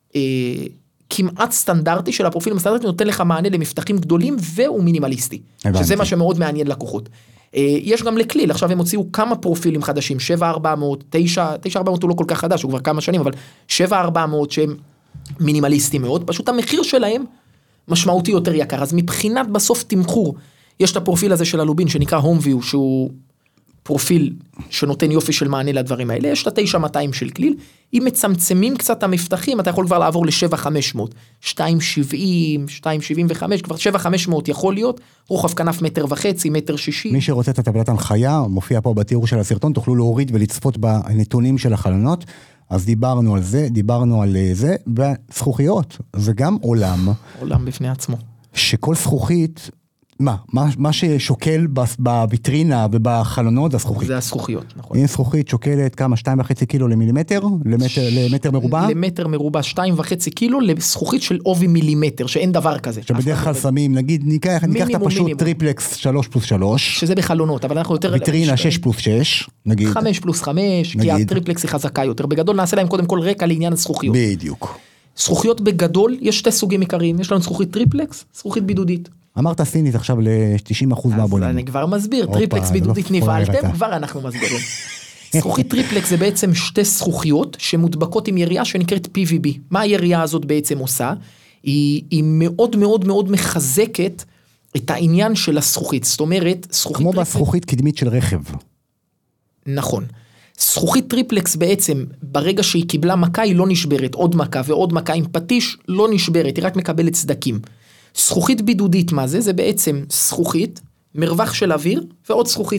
כמעט סטנדרטי של הפרופיל הסטנדרטי, נותן לך מענה למפתחים גדולים והוא מינימליסטי, שזה מה שמאוד מעניין לקוחות. יש גם לכליל, עכשיו הם הוציאו כמה פרופילים חדשים, 7,400, 9,400 הוא לא כל כך חדש, הוא כבר כמה שנים, אבל 7,400 שהם מינימליסטים מאוד, פשוט המחיר שלהם משמעותי יותר יקר, אז מבחינת בסוף תמחור, יש את הפרופיל הזה של אלובין שנקרא Home View, שהוא פרופיל שנותן יופי של מענה לדברים האלה, יש את ה-9,200 של כליל, אם מצמצמים קצת המפתחים, אתה יכול כבר לעבור ל-7,500, 2.70, 2.75, כבר 7,500 יכול להיות, רוחב כנף 1.5 מטר, 1.60. מי שרוצה את הטבלת הנחיה, מופיע פה בתיאור של הסרטון, תוכלו להוריד ולצפות בנתונים של החלונות, אז דיברנו על זה, דיברנו על זה, וזכוכיות, זה גם עולם. עולם בפני עצמו. שכל זכוכית, מה ששוקל בוויטרינה ובחלונות זה הזכוכית. זה הזכוכיות, נכון. אם זכוכית שוקלת כמה, 2.5 קילו למילימטר? למטר מרובע? למטר מרובע, 2.5 קילו לזכוכית של עובי מילימטר, שאין דבר כזה. שבדרך כלל שמים, נגיד, ניקח את הפשוט טריפלקס 3+3. שזה בחלונות, אבל אנחנו יותר... ויטרינה 6+6, נגיד. 5+5, כי הטריפלקס היא חזקה יותר. בגדול נעשה להם קודם כל רקע לעניין הזכוכיות. בדיוק. זכוכיות בגדול, יש שתי סוגים עיקריים. יש לנו זכוכית טריפלקס, זכוכית בידודית. אמרת סינית עכשיו ל-90% מהבונים. אז אני כבר מסביר, טריפלקס בידודית נבהלתם, כבר אנחנו מסבירים. זכוכית טריפלקס זה בעצם שתי זכוכיות שמודבקות עם יריעה שנקראת PVB. מה היריעה הזאת בעצם עושה? היא מאוד מאוד מאוד מחזקת את העניין של הזכוכית. זאת אומרת, זכוכית כמו בזכוכית קדמית של רכב. נכון. זכוכית טריפלקס בעצם, ברגע שהיא קיבלה מכה, היא לא נשברת. עוד מכה ועוד מכה עם פטיש, לא נשברת, היא רק מקבלת צדקים. זכוכית בידודית, מה זה? זה בעצם זכוכית, מרווח של אוויר ועוד זכוכית.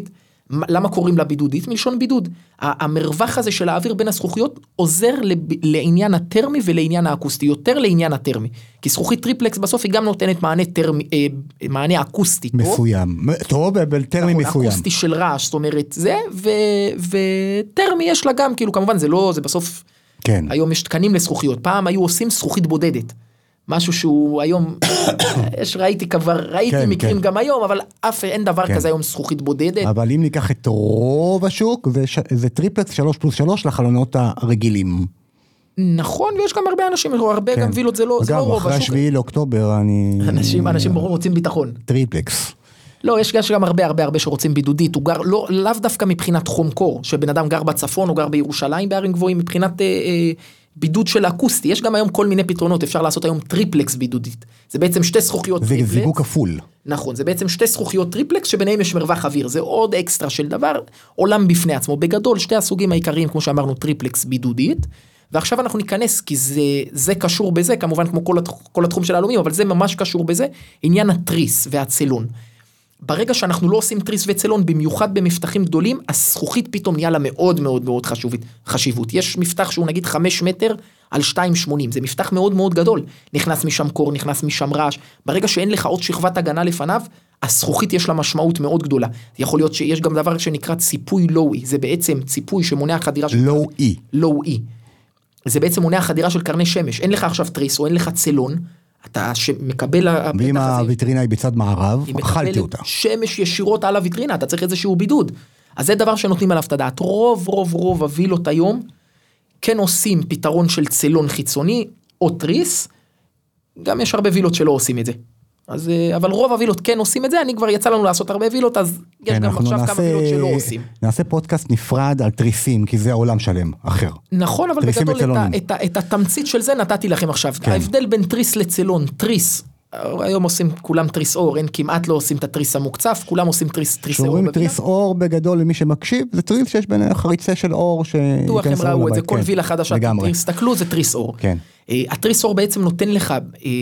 למה קוראים לה בידודית? מלשון בידוד. המרווח הזה של האוויר בין הזכוכיות עוזר לעניין הטרמי ולעניין האקוסטי, יותר לעניין הטרמי. כי זכוכית טריפלקס בסוף היא גם נותנת מענה אקוסטי טוב. מסוים. טוב, אבל טרמי מסוים. אקוסטי של רעש, זאת אומרת זה, וטרמי יש לה גם, כאילו כמובן זה לא, זה בסוף, כן. היום יש תקנים לזכוכיות, פעם היו עושים זכוכית בודדת. משהו שהוא היום, ראיתי מקרים גם היום, אבל אין דבר כזה היום זכוכית בודדת. אבל אם ניקח את רוב השוק, זה טריפלקס 3+3 לחלונות הרגילים. נכון, ויש גם הרבה אנשים, הרבה גם וילות, זה לא רוב השוק. אגב, אחרי 7 לאוקטובר, אנשים רוצים ביטחון. טריפלקס. לא, יש גם הרבה שרוצים בידודית, הוא גר, לאו דווקא מבחינת חום קור, שבן אדם גר בצפון, או גר בירושלים בערים גבוהים, מבחינת בידוד של אקוסטי, יש גם היום כל מיני פתרונות, אפשר לעשות היום טריפלקס בידודית, זה בעצם שתי זכוכיות טריפלקס. זה זיגוק כפול. נכון, זה בעצם שתי זכוכיות טריפלקס, שביניהם יש מרווח אוויר, זה עוד אקסטרה של דבר, עולם בפני עצמו, בגדול שתי הסוגים העיקריים, כמו שאמרנו, טריפלקס בידודית, ועכשיו אנחנו ניכנס, כי זה קשור בזה, כמובן כמו כל התחום של האלומיניום, אבל זה ממש קשור בזה, עניין הטריס והצלון. ברגע שאנחנו לא עושים טריס וצלון, במיוחד במפתחים גדולים, הזכוכית פתאום נהיה לה מאוד מאוד מאוד חשיבות. יש מפתח שהוא נגיד 5 מטר על 2.80, זה מפתח מאוד מאוד גדול. נכנס משם קור, נכנס משם רעש. ברגע שאין לך עוד שכבת הגנה לפניו, הזכוכית יש לה משמעות מאוד גדולה. יכול להיות שיש גם דבר שנקרא ציפוי לואי, זה בעצם ציפוי שמונע חדירה של... לואי. זה בעצם מונע חדירה של קרני שמש. אין לך עכשיו טריס או אין לך צלון, אתה מקבל... ואם הוויטרינה היא בצד מערב, אכלתי אותה. שמש ישירות על הוויטרינה, אתה צריך איזשהו בידוד. אז זה דבר שנותנים עליו את הדעת. רוב הווילות היום, כן עושים פתרון של צלון חיצוני, או טריס, גם יש הרבה וילות שלא עושים את זה. אז, אבל רוב הווילות כן עושים את זה, אני כבר יצא לנו לעשות הרבה וילות, אז יש גם עכשיו כמה וילות שלא עושים. נעשה פודקאסט נפרד על טריסים, כי זה העולם שלם, אחר. נכון, אבל בגדול את התמצית של זה נתתי לכם עכשיו. ההבדל בין טריס לצלון, טריס, היום עושים כולם טריס אור, אין כמעט לא עושים את הטריס המוקצף, כולם עושים טריס אור. שאומרים טריס אור בגדול למי שמקשיב, זה טריס שיש בין חריצה של אור דוח הם ראו את זה, כל וילה חדשה, תסתכלו, זה טריס אור. הטריס אור בעצם נותן לך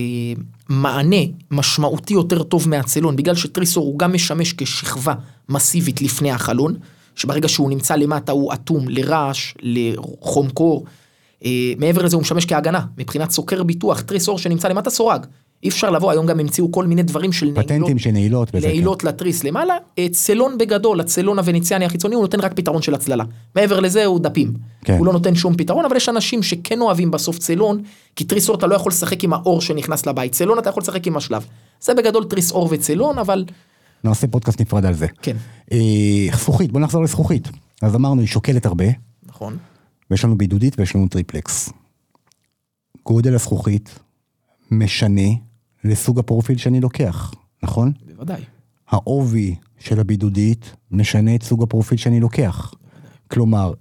מענה משמעותי יותר טוב מהצלון, בגלל שטריס אור הוא גם משמש כשכבה מסיבית לפני החלון, שברגע שהוא נמצא למטה הוא אטום לרעש, לחום קור, מעבר לזה הוא משמש כהגנה, מבחינת סוקר ביטוח, טריס אור שנמצא למטה סורג, אי אפשר לבוא, היום גם המציאו כל מיני דברים של פטנטים של נעילות לטריס למעלה, צלון בגדול, הצלון הוונציאני החיצוני, הוא נותן רק פתרון של הצללה, מעבר לזה הוא דפים, הוא לא נותן שום פתרון, אבל יש אנשים שכן אוהבים בסוף צלון, כי טריס אור אתה לא יכול לשחק עם האור שנכנס לבית, צלון אתה יכול לשחק עם השלב, זה בגדול טריס אור וצלון, אבל... נעשה פודקאסט נפרד על זה. כן. זכוכית, בוא נחזור לזכוכית, אז אמרנו, היא שוקלת הרבה, נכון. ויש לנו בידודית ויש לנו טריפלקס. גודל הזכוכית משנה לסוג הפרופיל שאני לוקח, נכון? בוודאי. העובי של הבידודית משנה את סוג הפרופיל שאני לוקח. כלומר,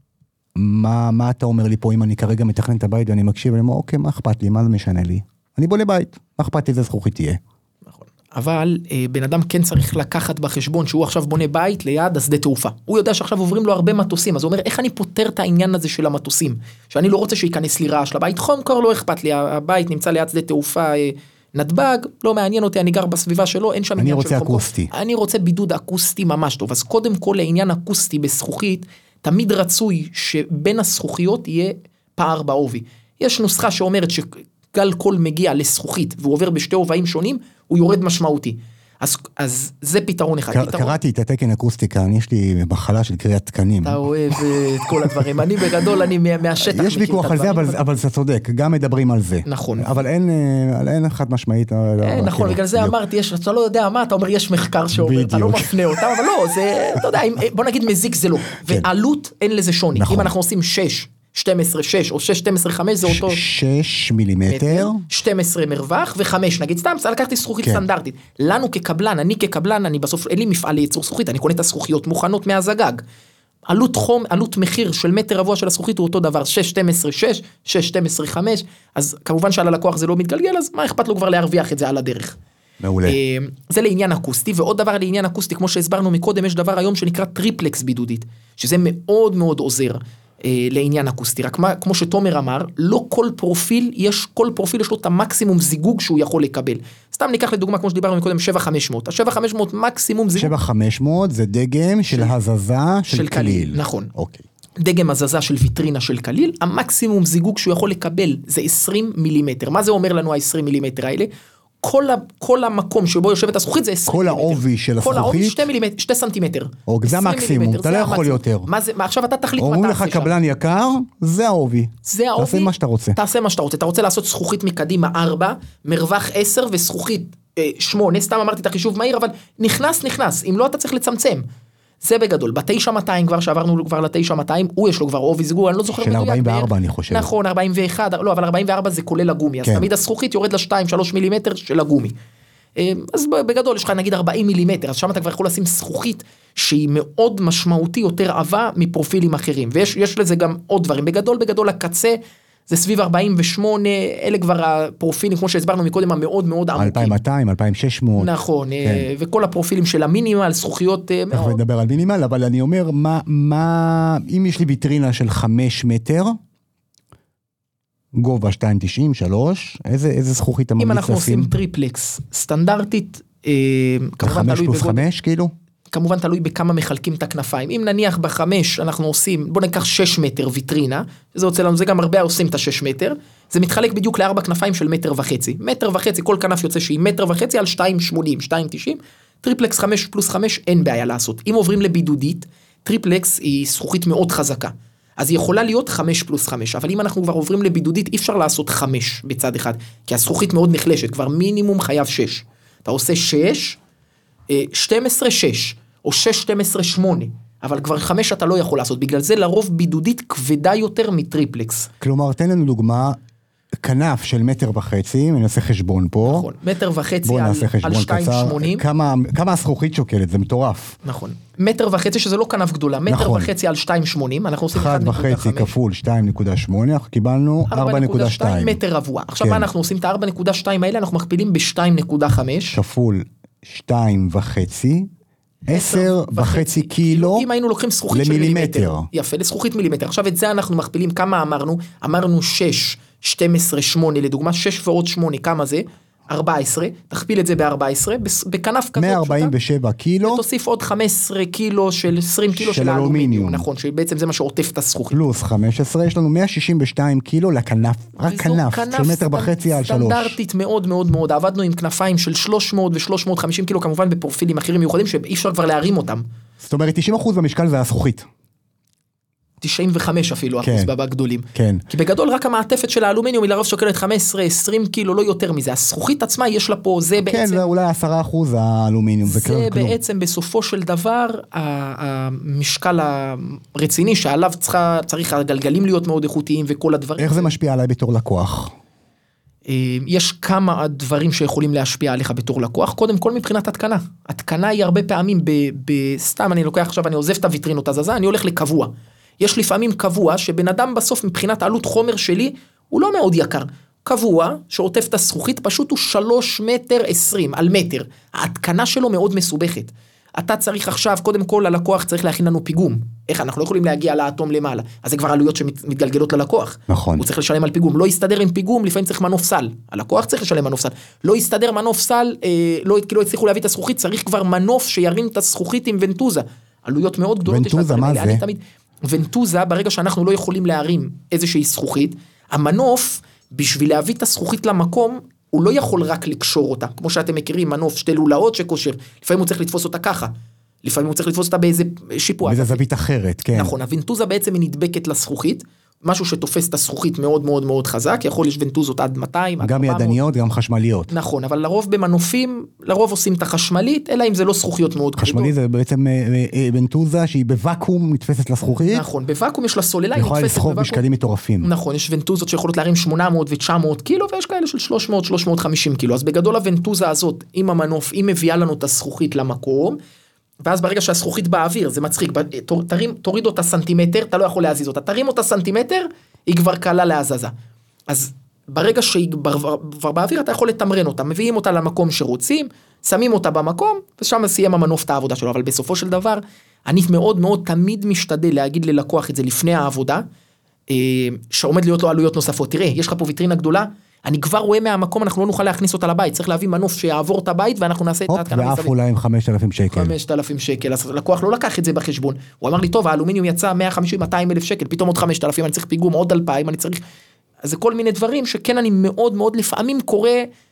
מה אתה אומר לי פה אם אני כרגע מתכנן את הבית ואני מקשיב, ואני אומר, אוקיי, מה אכפת לי? מה זה משנה לי? אני בונה בית, מה אכפת לי זה זכוכית תהיה? נכון. אבל בן אדם כן צריך לקחת בחשבון שהוא עכשיו בונה בית ליד השדה תעופה. הוא יודע שעכשיו עוברים לו הרבה מטוסים, אז הוא אומר, איך אני פותר את העניין הזה של המטוסים? שאני לא רוצה שייכנס לי רעש לבית, חום קור לא אכפת לי, הבית נמצא ליד שדה תעופה נתב"ג, לא מעניין אותי, אני גר בסביבה שלו, אין שם עניין של חום קור. אני רוצה בידוד אקוסטי ממש טוב, אז קודם כל לעניין אקוסטי בזכוכית, תמיד רצוי שבין הזכוכיות יהיה פער בעובי. יש נוסחה שאומרת שגל קול מגיע לזכוכית, והוא עובר בשתי עובעים שונים, הוא יורד משמעותי. אז זה פתרון אחד. קראתי את התקן אקוסטיקה, יש לי מחלה של קריאת תקנים. אתה אוהב את כל הדברים, אני בגדול, אני מהשטח. יש ויכוח על זה, אבל זה צודק, גם מדברים על זה. נכון. אבל אין חד משמעית. נכון, בגלל זה אמרתי, אתה לא יודע מה, אתה אומר, יש מחקר שאומר, אתה לא מפנה אותם, אבל לא, זה, אתה יודע, בוא נגיד מזיק זה לא. ועלות אין לזה שוני. אם אנחנו עושים 6, 12, 6 או 6, 12, 5 זה אותו 6 מילימטר 12 מרווח ו5 נגיד סתם, לקחתי זכוכית סטנדרטית לנו כקבלן, אני כקבלן, אני בסוף אין לי מפעל לייצור זכוכית, אני קונה את הזכוכיות מוכנות מהזגג, עלות חום, עלות מחיר של מטר רבוע של הזכוכית הוא אותו דבר, 6, 12, 6, 6, 12, 5, אז כמובן שעל הלקוח זה לא מתגלגל, אז מה אכפת לו כבר להרוויח את זה על הדרך. מעולה. זה לעניין אקוסטי, ועוד דבר לעניין אקוסטי, כמו שהסברנו מקודם, יש דבר היום שנקרא טריפלקס בידודית, שזה מאוד מאוד עוזר. לעניין אקוסטי, רק כמו שתומר אמר, לא כל פרופיל יש לו את המקסימום זיגוג שהוא יכול לקבל. סתם ניקח לדוגמה, כמו שדיברנו מקודם, 7500. ה-7500 מקסימום זיגוג. 7500 זה דגם של הזזה של כליל. נכון. אוקיי. דגם הזזה של ויטרינה של כליל, המקסימום זיגוג שהוא יכול לקבל זה 20 מילימטר. מה זה אומר לנו ה-20 מילימטר האלה? כל המקום שבו יושבת הזכוכית זה 20 מילימטר. כל העובי של הזכוכית? כל העובי 2 סנטימטר. זה המקסימום, אתה לא יכול יותר. עכשיו אתה תחליט מה אומרים לך קבלן יקר, זה העובי. תעשה מה שאתה רוצה. תעשה מה שאתה רוצה. אתה רוצה לעשות זכוכית מקדימה 4, מרווח 10 וזכוכית 8, סתם אמרתי את החישוב מהיר, אבל נכנס, אם לא אתה צריך לצמצם. זה בגדול, ב-9200 כבר, שעברנו כבר ל-9200, הוא יש לו כבר עובי זיגור, אני לא זוכר של 44 אני חושב. נכון, 41, לא, אבל 44 זה כולל הגומי, אז תמיד הזכוכית יורד ל-2-3 מילימטר של הגומי. אז בגדול יש לך נגיד 40 מילימטר, אז שם אתה כבר יכול לשים זכוכית שהיא מאוד משמעותי, יותר עבה מפרופילים אחרים, ויש לזה גם עוד דברים. בגדול הקצה, זה סביב 48, אלה כבר הפרופילים, כמו שהסברנו מקודם, המאוד מאוד עמוקים. 2200, 2600. נכון, וכל הפרופילים של המינימל, זכוכיות מאוד. אנחנו נדבר על מינימל, אבל אני אומר, אם יש לי ויטרינה של 5 מטר, גובה 2.90, 3, איזה זכוכית אתה ממליץ לשים? אם אנחנו עושים טריפלקס סטנדרטית, כמובן תלוי בגודל. 5 כאילו? כמובן תלוי בכמה מחלקים את הכנפיים. אם נניח ב5 אנחנו עושים, בוא ניקח 6 מטר ויטרינה, זה יוצא לנו, זה גם הרבה עושים את ה6 מטר, זה מתחלק בדיוק ל4 כנפיים של 1.5 מטר. 1.5 מטר, כל כנף יוצא שהיא 1.5 מטר על 2.80, 2.90, טריפלקס 5 פלוס 5 אין בעיה לעשות. אם עוברים לבידודית, טריפלקס היא זכוכית מאוד חזקה, אז היא יכולה להיות 5 פלוס 5, אבל אם אנחנו כבר עוברים לבידודית, אי אפשר לעשות 5 בצד אחד, כי הזכוכית מאוד נחלשת, כבר מינימום חייב 6. אתה עושה 6, 12, 6, או 6, 12, 8, אבל כבר 5 אתה לא יכול לעשות, בגלל זה לרוב בידודית כבדה יותר מטריפלקס. כלומר, תן לנו דוגמה, כנף של 1.5 מטר, אני אעשה חשבון פה. נכון, 1.5 על 2.80. כמה הזכוכית שוקלת, זה מטורף. נכון, 1.5 מטר שזה לא כנף גדולה, 1.5 על 2.80, אנחנו עושים 1.5 כפול 2.8, אנחנו קיבלנו 4.2 מטר רבוע. עכשיו מה אנחנו עושים? את ה-4.2 האלה אנחנו מכפילים ב-2.5. כפול 2.5, 10.5 קילו אם היינו לוקחים זכוכית של מילימטר. יפה, לזכוכית מילימטר. עכשיו את זה אנחנו מכפילים, כמה אמרנו? אמרנו 6, 12, 8, לדוגמה 6 ועוד 8, כמה זה? 14, תכפיל את זה ב-14, בכנף כזאת 147 קילו. ותוסיף עוד 15 קילו של 20 קילו של האלומיניום. נכון, שבעצם זה מה שעוטף את הזכוכית. פלוס 15, יש לנו 162 קילו לכנף, רק כנף של 1.5 מטר על 3. סטנדרטית מאוד מאוד מאוד, עבדנו עם כנפיים של 300 ו-350 קילו, כמובן בפרופילים אחרים מיוחדים, שאי אפשר כבר להרים אותם. זאת אומרת, 90% במשקל זה הזכוכית. 95 אפילו, אחוז בגדולים. כן. כי בגדול רק המעטפת של האלומיניום היא לרוב שוקלת 15-20 קילו, לא יותר מזה. הזכוכית עצמה יש לה פה, זה בעצם... כן, זה אולי 10% האלומיניום, זה כלום. זה בעצם בסופו של דבר, המשקל הרציני שעליו צריך הגלגלים להיות מאוד איכותיים וכל הדברים. איך זה משפיע עליי בתור לקוח? יש כמה דברים שיכולים להשפיע עליך בתור לקוח. קודם כל מבחינת התקנה. התקנה היא הרבה פעמים סתם אני לוקח עכשיו, אני עוזב את הוויטרינות הזזה, אני הולך לקבוע. יש לפעמים קבוע שבן אדם בסוף מבחינת העלות חומר שלי הוא לא מאוד יקר. קבוע שעוטף את הזכוכית פשוט הוא 3.20 מטר על מטר. ההתקנה שלו מאוד מסובכת. אתה צריך עכשיו, קודם כל הלקוח צריך להכין לנו פיגום. איך אנחנו לא יכולים להגיע לאטום למעלה. אז זה כבר עלויות שמתגלגלות ללקוח. נכון. הוא צריך לשלם על פיגום. לא יסתדר עם פיגום, לפעמים צריך מנוף סל. הלקוח צריך לשלם מנוף סל. לא יסתדר מנוף סל, לא הצליחו להביא את הזכוכית, צריך כבר מנוף שירים את הזכוכית עם ונטוזה. עלויות מאוד גדולות. ונטוזה, מה זה? ונטוזה, ברגע שאנחנו לא יכולים להרים איזושהי זכוכית, המנוף, בשביל להביא את הזכוכית למקום, הוא לא יכול רק לקשור אותה. כמו שאתם מכירים, מנוף, שתי לולאות שקושר, לפעמים הוא צריך לתפוס אותה ככה. לפעמים הוא צריך לתפוס אותה באיזה שיפוע. באיזה זווית אחרת, כן. נכון, הוונטוזה בעצם היא נדבקת לזכוכית, משהו שתופס את הזכוכית מאוד מאוד מאוד חזק, יכול להיות ונטוזות עד 200, גם ידניות, גם חשמליות. נכון, אבל לרוב במנופים, לרוב עושים את החשמלית, אלא אם זה לא זכוכיות מאוד כבדות. חשמלי זה בעצם ונטוזה שהיא בוואקום מתפסת לזכוכית. נכון, בוואקום יש לה סוללה, היא יכולה לסחוב משקלים מטורפים. נכון, יש ונטוזות שיכולות להרים 800 ו-900 קילו, ויש כאלה של 300-350 קילו. אז בגדול הוונטוזה הזאת, עם המנוף, היא מביאה לנו את הזכוכית למקום, ואז ברגע שהזכוכית באוויר, זה מצחיק, תוריד אותה סנטימטר, אתה לא יכול להזיז אותה, תרים אותה סנטימטר, היא כבר קלה להזזה. אז ברגע שהיא כבר באוויר, אתה יכול לתמרן אותה, מביאים אותה למקום שרוצים, שמים אותה במקום, ושם סיים המנוף את העבודה שלו, אבל בסופו של דבר, אני מאוד מאוד תמיד משתדל להגיד ללקוח את זה לפני העבודה, שעומד להיות לו עלויות נוספות. תראה, יש לך פה ויטרינה גדולה, אני כבר רואה מהמקום, אנחנו לא נוכל להכניס אותה לבית, צריך להביא מנוף שיעבור את הבית, ואנחנו נעשה את ההתקנה. ואף אולי עם 5,000 שקל. 5,000 שקל, אז לקוח לא לקח את זה בחשבון, הוא אמר לי, טוב, האלומיניום יצא 150-200 אלף שקל, פתאום עוד 5,000, אני צריך פיגום, עוד 2,000, אני צריך, אז זה כל מיני דברים, שכן אני מאוד מאוד לפעמים קורא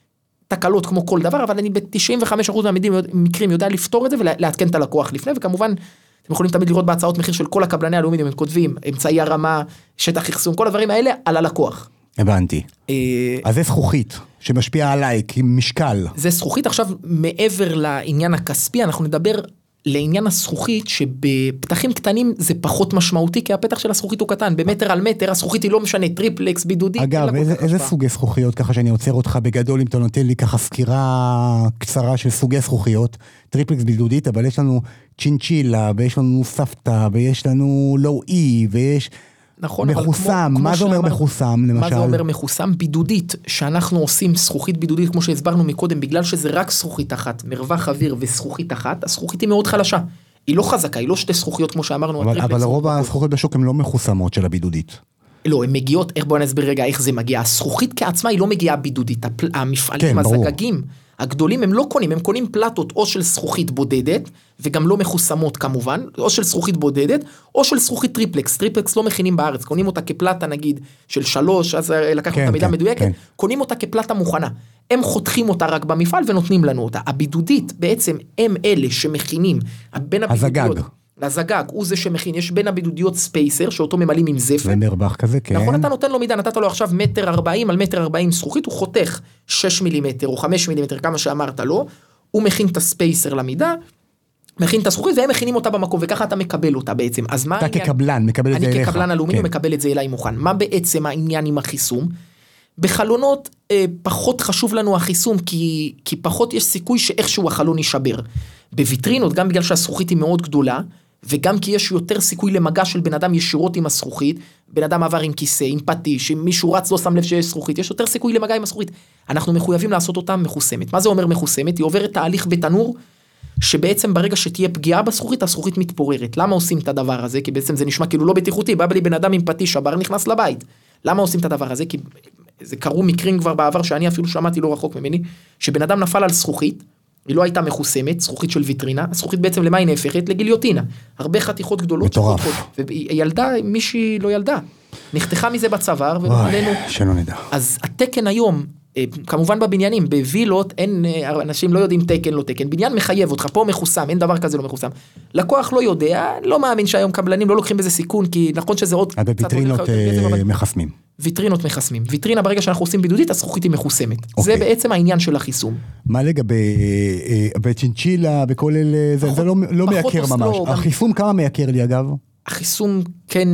תקלות כמו כל דבר, אבל אני ב-95% מהמקרים יודע לפתור את זה, ולהתקן את הלקוח לפני, וכמובן, אתם יכולים תמיד לראות בהצעות מחיר של כל הקבלני האלומיניום, הם כותבים, אמצעי הרמה, שטח אחסון, כל הדברים האלה על הלקוח. הבנתי. אז זה זכוכית שמשפיע עליי כמשקל. זה זכוכית. עכשיו, מעבר לעניין הכספי, אנחנו נדבר לעניין הזכוכית, שבפתחים קטנים זה פחות משמעותי, כי הפתח של הזכוכית הוא קטן, במטר על מטר, הזכוכית היא לא משנה, טריפלקס, בידודי. אגב, איזה סוגי זכוכיות, ככה שאני עוצר אותך בגדול, אם אתה נותן לי ככה סקירה קצרה של סוגי זכוכיות, טריפלקס בידודית, אבל יש לנו צ'ינצ'ילה, ויש לנו סבתא, ויש לנו לואי, ויש... נכון, מחוסם, מה זה אומר מחוסם למשל? מה זה אומר מחוסם? בידודית, שאנחנו עושים זכוכית בידודית, כמו שהסברנו מקודם, בגלל שזה רק זכוכית אחת, מרווח אוויר וזכוכית אחת, הזכוכית היא מאוד חלשה. היא לא חזקה, היא לא שתי זכוכיות כמו שאמרנו. אבל רוב הזכוכיות בשוק הן לא מחוסמות של הבידודית. לא, הן מגיעות, בוא נסביר רגע איך זה מגיע. הזכוכית כעצמה היא לא מגיעה בידודית, המפעלים, הזגגים הגדולים הם לא קונים, הם קונים פלטות או של זכוכית בודדת, וגם לא מחוסמות כמובן, או של זכוכית בודדת, או של זכוכית טריפלקס. טריפלקס לא מכינים בארץ, קונים אותה כפלטה נגיד של 3, אז לקחנו את המידה מדויקת, קונים אותה כפלטה מוכנה. הם חותכים אותה רק במפעל ונותנים לנו אותה. הבידודית בעצם הם אלה שמכינים, בין הבידודיות, הזגג הוא זה שמכין, יש בין הבידודיות ספייסר, שאותו ממלאים עם זפת. ומרווח כזה, כן. נכון, אתה נותן לו מידה, נתת לו עכשיו 1.40 על 1.40 זכוכית, הוא חותך 6 מילימטר או 5 מילימטר, כמה שאמרת לו, הוא מכין את הספייסר למידה, מכין את הזכוכית, והם מכינים אותה במקום, וככה אתה מקבל אותה בעצם. אז מה אתה כקבלן, מקבל את זה אליך. אני כקבלן אלומיניום מקבל את זה אליי מוכן. מה בעצם העניין עם החיסום? בחלונות פחות חשוב לנו החיסום, כי פחות יש סיכוי שאיכשהו החלון יישבר. בוויטרינות, גם בגלל שהזכוכית היא מאוד גדולה, וגם כי יש יותר סיכוי למגע של בן אדם ישירות עם הזכוכית, בן אדם עבר עם כיסא, עם פטיש, אם מישהו רץ לא שם לב שיש זכוכית, יש יותר סיכוי למגע עם הזכוכית. אנחנו מחויבים לעשות אותה מחוסמת. מה זה אומר מחוסמת? היא עוברת תהליך בתנור, שבעצם ברגע שתהיה פגיעה בזכוכית, הזכוכית מתפוררת. למה עושים את הדבר הזה? כי בעצם זה נשמע כאילו לא בטיחותי, בא לי בן אדם עם פטיש, שבר נכנס לבית. למה עושים את הדבר הזה? כי זה קרו מקרים כבר בעבר שאני אפילו שמעתי לא רחוק ממני, שבן אדם נפל על זכוכית, היא לא הייתה מחוסמת, זכוכית של ויטרינה, הזכוכית בעצם למה היא נהפכת? לגיליוטינה. הרבה חתיכות גדולות. מטורף. וילדה, מישהי לא ילדה. נחתכה מזה בצוואר, שלא נדע. אז התקן היום, כמובן בבניינים, בווילות, אנשים לא יודעים תקן, לא תקן. בניין מחייב אותך, פה מחוסם, אין דבר כזה לא מחוסם. לקוח לא יודע, לא מאמין שהיום קבלנים לא לוקחים בזה סיכון, כי נכון שזה עוד קצת... בוויטרינות מחסמים. ויטרינות מחסמים. ויטרינה ברגע שאנחנו עושים בידודית, הזכוכית היא מחוסמת. זה בעצם העניין של החיסום. מה לגבי בצ'ינצ'ילה וכל אלה, זה לא מייקר ממש. החיסום כמה מייקר לי אגב? החיסום כן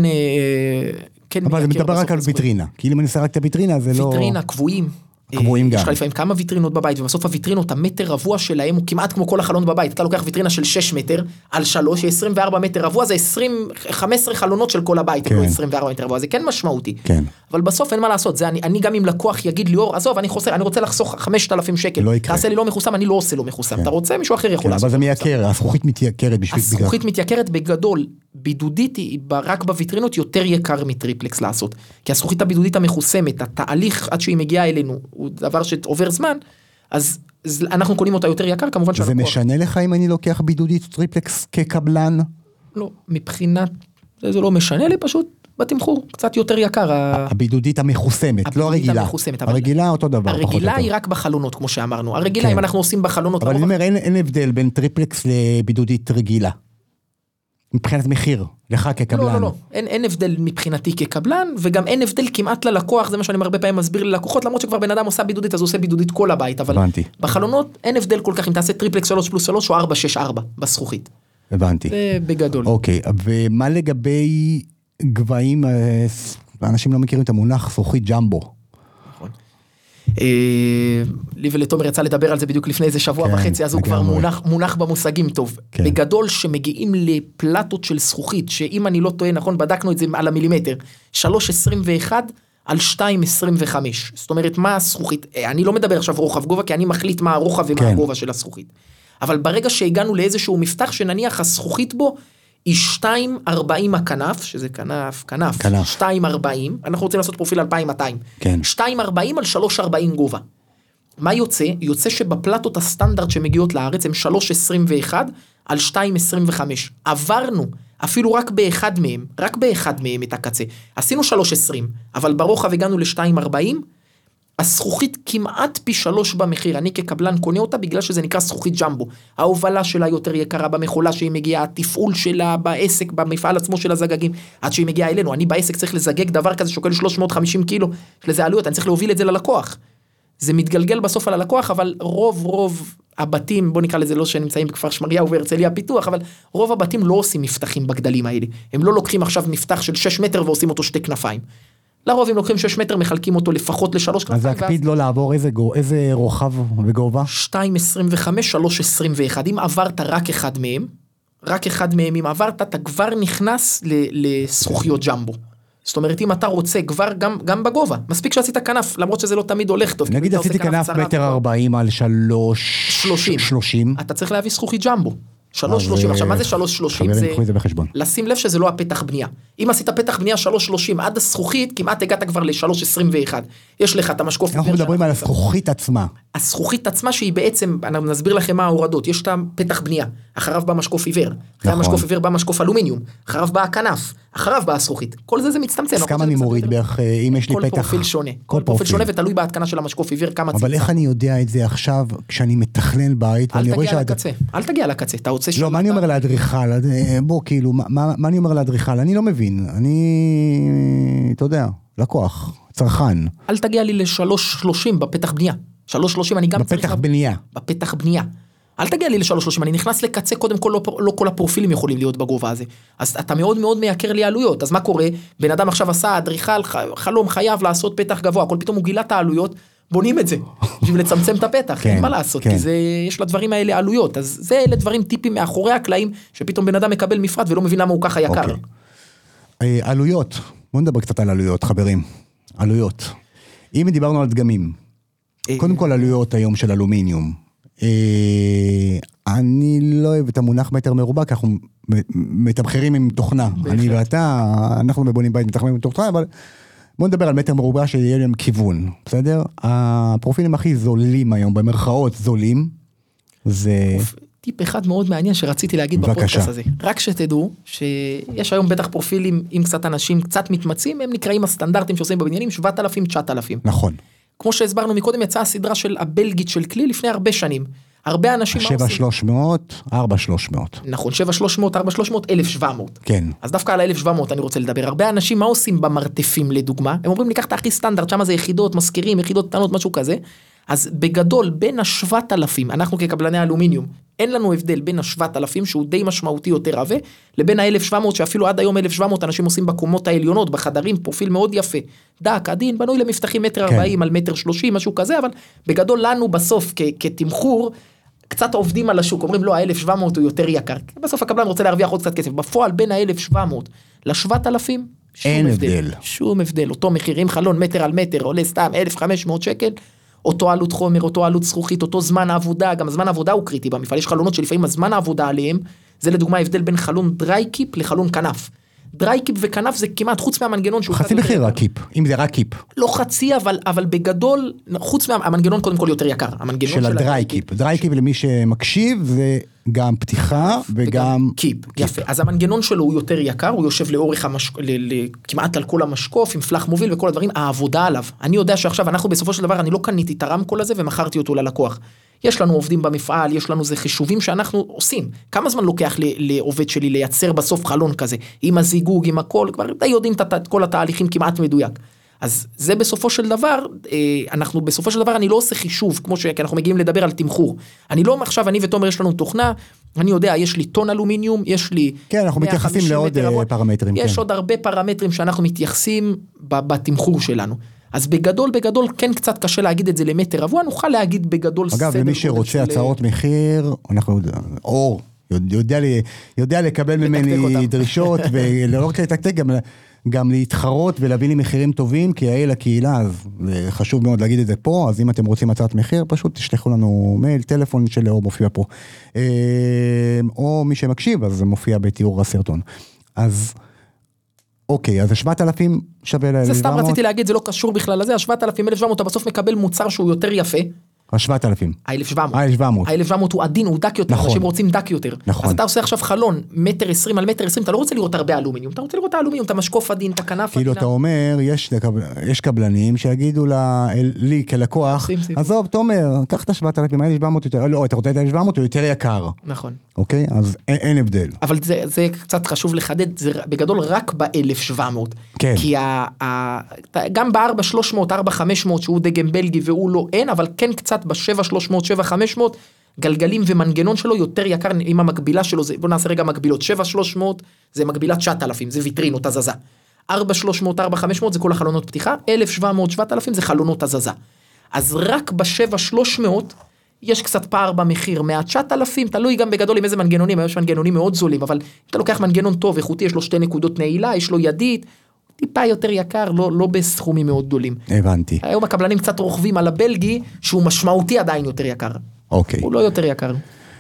אבל זה מדבר רק על ויטרינה. כי אם אני עושה רק את הוויטרינה, זה לא... ויטרינה, קבועים. קבועים גם. יש לך לפעמים כמה ויטרינות בבית, ובסוף הוויטרינות, המטר רבוע שלהם הוא כמעט כמו כל החלון בבית. אתה לוקח ויטרינה של 6 מטר על 3, 24 מטר רבוע, זה 15 חלונות של כל הבית, לא 24 מטר רבוע, זה כן משמעותי. כן. אבל בסוף אין מה לעשות, זה אני גם אם לקוח יגיד לי, עזוב, אני רוצה לחסוך 5,000 שקל, תעשה לי לא מחוסם, אני לא עושה לא מחוסם, אתה רוצה, מישהו אחר יכול לעשות. אבל זה מייקר, הזכוכית מתייקרת בשביל... הזכוכית מתייקרת בגדול, בידודית היא רק בוויטרינות יותר יקר מטריפלקס לעשות, כי הזכוכית הבידודית המחוסמת, התהליך עד שהיא מגיעה אלינו, הוא דבר שעובר זמן, אז אנחנו קונים אותה יותר יקר, כמובן זה משנה לך אם אני לוקח בידודית טריפלקס כקבלן? לא, מבחינת, זה לא משנה לי פשוט, בתמחור, קצת יותר יקר. הבידודית המחוסמת, לא הרגילה. הרגילה אותו דבר. הרגילה היא רק בחלונות, כמו שאמרנו. הרגילה, אם אנחנו עושים בחלונות... אבל אני אומר, אין הבדל בין טריפלקס לבידודית רגילה. מבחינת מחיר, לך כקבלן. לא. אין הבדל מבחינתי כקבלן, וגם אין הבדל כמעט ללקוח, זה מה שאני הרבה פעמים מסביר ללקוחות, למרות שכבר בן אדם עושה בידודית, אז הוא עושה בידודית כל הבית, אבל בחלונות אין הבדל כל כך, אם תעשה טריפלקס 3 פלוס 3 או 4-6-4 בזכוכית. הבנתי. זה בגדול. אוקיי, ומה לגבי גבהים, אנשים לא מכירים את המונח זכוכית ג'מבו. נכון. לי ולתומר יצא לדבר על זה בדיוק לפני איזה שבוע וחצי, אז הוא כבר מונח במושגים טוב. בגדול שמגיעים לפלטות של זכוכית, שאם אני לא טועה, נכון, בדקנו את זה על המילימטר, 3.21 על 2.25. זאת אומרת, מה הזכוכית? אני לא מדבר עכשיו רוחב גובה, כי אני מחליט מה הרוחב ומה הגובה של הזכוכית. אבל ברגע שהגענו לאיזשהו מפתח, שנניח הזכוכית בו, היא 2.40 הכנף, שזה כנף, 2.40, אנחנו רוצים לעשות פרופיל 2,200. כן. 2.40 על 3.40 גובה. מה יוצא? יוצא שבפלטות הסטנדרט שמגיעות לארץ, הם 3.21 על 2.25. עברנו, אפילו רק באחד מהם את הקצה. עשינו 3.20, אבל ברוחב הגענו ל-2.40, הזכוכית כמעט פי 3 במחיר, אני כקבלן קונה אותה בגלל שזה נקרא זכוכית ג'מבו, ההובלה שלה יותר יקרה במחולה שהיא מגיעה, התפעול שלה בעסק, במפעל עצמו של הזגגים, עד שהיא מגיעה אלינו, אני בעסק צריך לזגג דבר כזה שוקל 350 קילו, יש לזה עלויות, אני צריך להוביל את זה ללקוח, זה מתגלגל בסוף על הלקוח, אבל רוב הבתים, בוא נקרא לזה לא שנמצאים בכפר שמריהו והרצליה פיתוח, אבל רוב הבתים לא עושים מפתחים בגדלים האלה, הם לא לוקחים עכשיו מפתח של 6 מטר ועושים אותו 2 כנפיים, לרוב אם לוקחים 6 מטר, מחלקים אותו לפחות ל3 כנפיים. אז להקפיד לא לעבור איזה רוחב וגובה? 2.25, 3.21. אם עברת רק אחד מהם, אם עברת, אתה כבר נכנס לזכוכיות ג'מבו. זאת אומרת, אם אתה רוצה כבר גם בגובה, מספיק שעשית כנף, למרות שזה לא תמיד הולך טוב. נגיד עשיתי כנף 1.40 על 3.30. אתה צריך להביא זכוכית ג'מבו. 3.30, עכשיו מה זה 3.30? זה בחשבון. לשים לב שזה לא הפתח בנייה. אם עשית פתח בנייה 3.30 עד הזכוכית, כמעט הגעת כבר ל-3.21. יש לך את המשקוף. אנחנו מדברים על הזכוכית עצמה. הזכוכית עצמה שהיא בעצם, אני נסביר לכם מה ההורדות, יש את הפתח בנייה, אחריו בא משקוף עיוור, אחרי המשקוף עיוור בא משקוף אלומיניום, אחריו בא הכנף, אחריו בא הזכוכית, כל זה מצטמצם. אז כמה אני מוריד בערך, אם יש לי פתח? כל פרופיל שונה, כל פרופיל שונה ותלוי בהתקנה של המשקוף עיוור, כמה צמצם. אבל איך אני יודע את זה עכשיו, כשאני מתכנן בית, אל תגיע לקצה, אתה רוצה לא, מה אני אומר לאדריכל? בוא, כאילו, מה אני אומר לאדריכל? אני לא מבין, אתה יודע, לקוח, צרכן. אל תגיע לי ל-3.30 בפתח בנייה. 3.30 אני גם צריך... בפתח בנייה. אל תגיע לי ל-3.30, אני נכנס לקצה, קודם כל לא כל הפרופילים יכולים להיות בגובה הזה. אז אתה מאוד מאוד מייקר לי עלויות. אז מה קורה? בן אדם עכשיו עשה, אדריכל, חלום חייב לעשות פתח גבוה, כל פתאום הוא גילה את העלויות, בונים את זה, בשביל לצמצם את הפתח, אין מה לעשות, כי יש לדברים האלה עלויות. אז זה אלה דברים טיפים מאחורי הקלעים, שפתאום בן אדם מקבל מפרט ולא מבין למה הוא ככה יקר. עלויות, בואו נדבר קצת על עלויות, חברים. עלויות. אם דיברנו על דגמים, קודם כל עלויות היום של אלומיניום. אני לא אוהב את המונח מטר מרובע, כי אנחנו מתמחרים עם תוכנה. אני ואתה, אנחנו בבונים בית מתמחרים עם תוכנה, אבל בואו נדבר על מטר מרובע שיהיה להם כיוון, בסדר? הפרופילים הכי זולים היום, במרכאות זולים, זה... טיפ אחד מאוד מעניין שרציתי להגיד בפודקאסט הזה. רק שתדעו שיש היום בטח פרופילים עם קצת אנשים קצת מתמצאים, הם נקראים הסטנדרטים שעושים בבניינים 7,000, 9,000. נכון. כמו שהסברנו מקודם, יצאה הסדרה של הבלגית של כלי לפני הרבה שנים. הרבה אנשים... 7,300, 4,300. נכון, 7,300, 4,300, 1,700. כן. אז דווקא על 1,700 אני רוצה לדבר. הרבה אנשים מה עושים במרתפים לדוגמה? הם אומרים, ניקח את הכי סטנדרט, שמה זה יחידות, מזכירים, יחידות קטנות, משהו כזה. אז בגדול, בין ה-7,000, אנחנו כקבלני אלומיניום, אין לנו הבדל בין ה-7,000, שהוא די משמעותי יותר רבה, לבין ה-1,700, שאפילו עד היום 1,700 אנשים עושים בקומות העליונות, בחדרים, פרופיל מאוד יפה. דק, עדין, בנוי למפתחים 1.40 על 1.30, משהו כזה, אבל בגדול לנו בסוף, כתמחור, קצת עובדים על השוק, אומרים לא, ה-1,700 הוא יותר יקר. בסוף הקבלן רוצה להרוויח עוד קצת כסף. בפועל, בין ה-1,700 ל-7,000, אין הבדל. שום הבדל. אותו מחירים, חלון מטר על מטר, עולה סתם 1,500 שקל, אותו עלות חומר, אותו עלות זכוכית, אותו זמן העבודה, גם זמן העבודה הוא קריטי במפעל, יש חלונות שלפעמים הזמן העבודה עליהם, זה לדוגמה הבדל בין חלון דרי קיפ לחלון כנף. דרי קיפ וכנף זה כמעט חוץ מהמנגנון שהוא... חצי מחיר הקיפ, אם זה רק קיפ. לא חצי, אבל בגדול, חוץ מהמנגנון קודם כל יותר יקר. של הדרי קיפ. דרי קיפ למי שמקשיב זה גם פתיחה וגם קיפ. יפה. אז המנגנון שלו הוא יותר יקר, הוא יושב לאורך כמעט על כל המשקוף, עם פלח מוביל וכל הדברים, העבודה עליו. אני יודע שעכשיו אנחנו בסופו של דבר, אני לא קניתי את הרמקול הזה ומכרתי אותו ללקוח. יש לנו עובדים במפעל, יש לנו זה חישובים שאנחנו עושים. כמה זמן לוקח לעובד שלי לייצר בסוף חלון כזה, עם הזיגוג, עם הכל, כבר די יודעים את כל התהליכים כמעט מדויק. אז זה בסופו של דבר, בסופו של דבר אני לא עושה חישוב, כמו כי אנחנו מגיעים לדבר על תמחור. אני לא עכשיו, אני ותומר יש לנו תוכנה, אני יודע, יש לי טון אלומיניום, יש לי... כן, אנחנו מתייחסים לעוד פרמטרים. יש עוד הרבה פרמטרים שאנחנו מתייחסים בתמחור שלנו. אז בגדול, כן קצת קשה להגיד את זה למטר רבוע, נוכל להגיד בגדול סדר. אגב, למי שרוצה הצעות מחיר, אנחנו, יודע לקבל ממני דרישות, ולא רק לתקתק, גם גם להתחרות ולהביא לי מחירים טובים, כי האל הקהילה, אז חשוב מאוד להגיד את זה פה, אז אם אתם רוצים הצעת מחיר, פשוט תשלחו לנו מייל, טלפון של לאור מופיע פה. או מי שמקשיב, אז זה מופיע בתיאור הסרטון. אז אוקיי, אז 7,000 שווה ל-1,700. זה סתם רציתי להגיד, זה לא קשור בכלל לזה, 7,000, 1,700, אתה בסוף מקבל מוצר שהוא יותר יפה. 7,000. 1,700. 1,700 הוא עדין, הוא דק יותר, נכון. אנשים רוצים דק יותר. נכון. אז אתה עושה עכשיו חלון, 1.20 על 1.20, אתה לא רוצה לראות הרבה אלומיניום, אתה רוצה לראות האלומיניום, אתה משקוף עדין, את הכנף. כאילו אתה אומר, יש קבלנים שיגידו לי כלקוח, עזוב, תומר, קח את 7,000, 1,700 יותר, לא, אתה רוצה את 1,700, הוא יותר יקר. נכון. אוקיי? אז אין הבדל. אבל זה קצת חשוב לחדד, זה בגדול רק ב-1,700. כן. כי גם ב-4,300, 4,500, שהוא דגם בלגי והוא לא אין, אבל כן קצת ב-7,300, 7,500, גלגלים ומנגנון שלו יותר יקר עם המקבילה שלו, בוא נעשה רגע מקבילות, 7,300 זה מקבילה 9,000, זה ויטרינות הזזה. 4,300, 4,500 זה כל החלונות פתיחה, 1,700, 7,000 זה חלונות הזזה. אז רק ב-7,300 יש קצת פער במחיר, מה-9,000, תלוי גם בגדול עם איזה מנגנונים, יש מנגנונים מאוד זולים, אבל אם אתה לוקח מנגנון טוב, איכותי, יש לו 2 נקודות נעילה, יש לו ידית, טיפה יותר יקר, לא בסכומים מאוד גדולים. הבנתי. היום הקבלנים קצת רוכבים על הבלגי, שהוא משמעותי עדיין יותר יקר. אוקיי. הוא לא יותר יקר.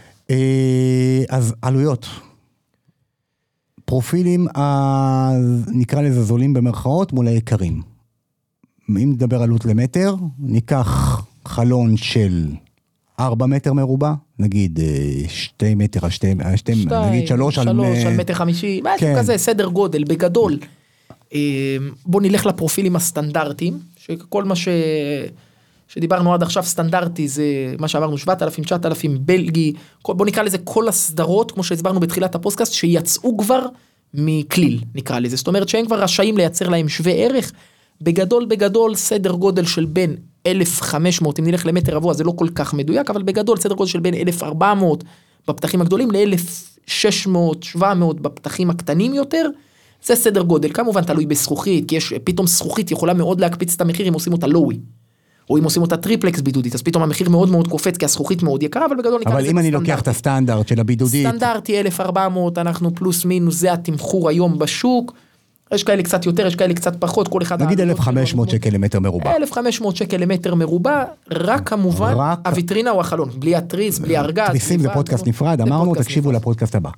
אז עלויות. פרופילים, נקרא לזה זולים במרכאות, מול היקרים. אם נדבר עלות למטר, ניקח חלון של 4 מטר מרובע, נגיד 2 מטר, נגיד 3 על 1.50 מטר, משהו כזה, סדר גודל, בגדול. בוא נלך לפרופילים הסטנדרטיים, שכל מה שדיברנו עד עכשיו סטנדרטי, זה מה שאמרנו 7,000, 9,000, בלגי, בוא נקרא לזה כל הסדרות, כמו שהסברנו בתחילת הפודקאסט, שיצאו כבר מכליל, נקרא לזה. זאת אומרת שהם כבר רשאים לייצר להם שווה ערך, בגדול, סדר גודל של בין 1,500, אם נלך למטר רבוע, זה לא כל כך מדויק, אבל בגדול סדר גודל של בין 1,400 בפתחים הגדולים, ל-1,600, 700 בפתחים הקטנים יותר, זה סדר גודל, כמובן תלוי בזכוכית, כי יש פתאום זכוכית יכולה מאוד להקפיץ את המחיר אם עושים אותה לואי, או אם עושים אותה טריפלקס בידודית, אז פתאום המחיר מאוד מאוד קופץ, כי הזכוכית מאוד יקרה, אבל בגדול נקרא לזה אבל אם אני לוקח את הסטנדרט של הבידודית, סטנדרטי 1,400, אנחנו פלוס מינוס, זה התמחור היום בשוק, יש כאלה קצת יותר, יש כאלה קצת פחות, כל אחד... נגיד 1,500 שקל למטר מרובע. 1,500 שקל למטר מרובע, רק כמובן, הוויטרינה או החלון, בלי התריס, בלי ארגז. תריסים זה פודקאסט נפרד, אמרנו, תקשיבו לפודקאסט הבא.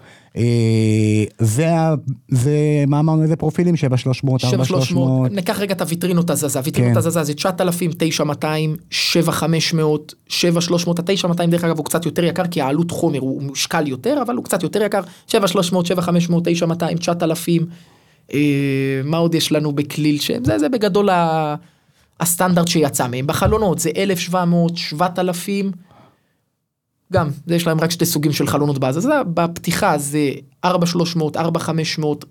זה, מה אמרנו, איזה פרופילים? 7,300, 4,300. ניקח רגע את הוויטרינות הזזה, הוויטרינות הזזה זה 9,000, 9,200, 7,500, 7,300, 9,200 דרך אגב הוא קצת יותר יקר, כי העלות חומר הוא משקל יותר, אבל הוא קצת יותר יקר, 7,300, 7,500, 9,200, 9,000, מה עוד יש לנו בכליל זה בגדול הסטנדרט שיצא מהם. בחלונות זה 1,700, 7,000, גם, זה יש להם רק 2 סוגים של חלונות בהזזה, בפתיחה זה 4,300, 4,500,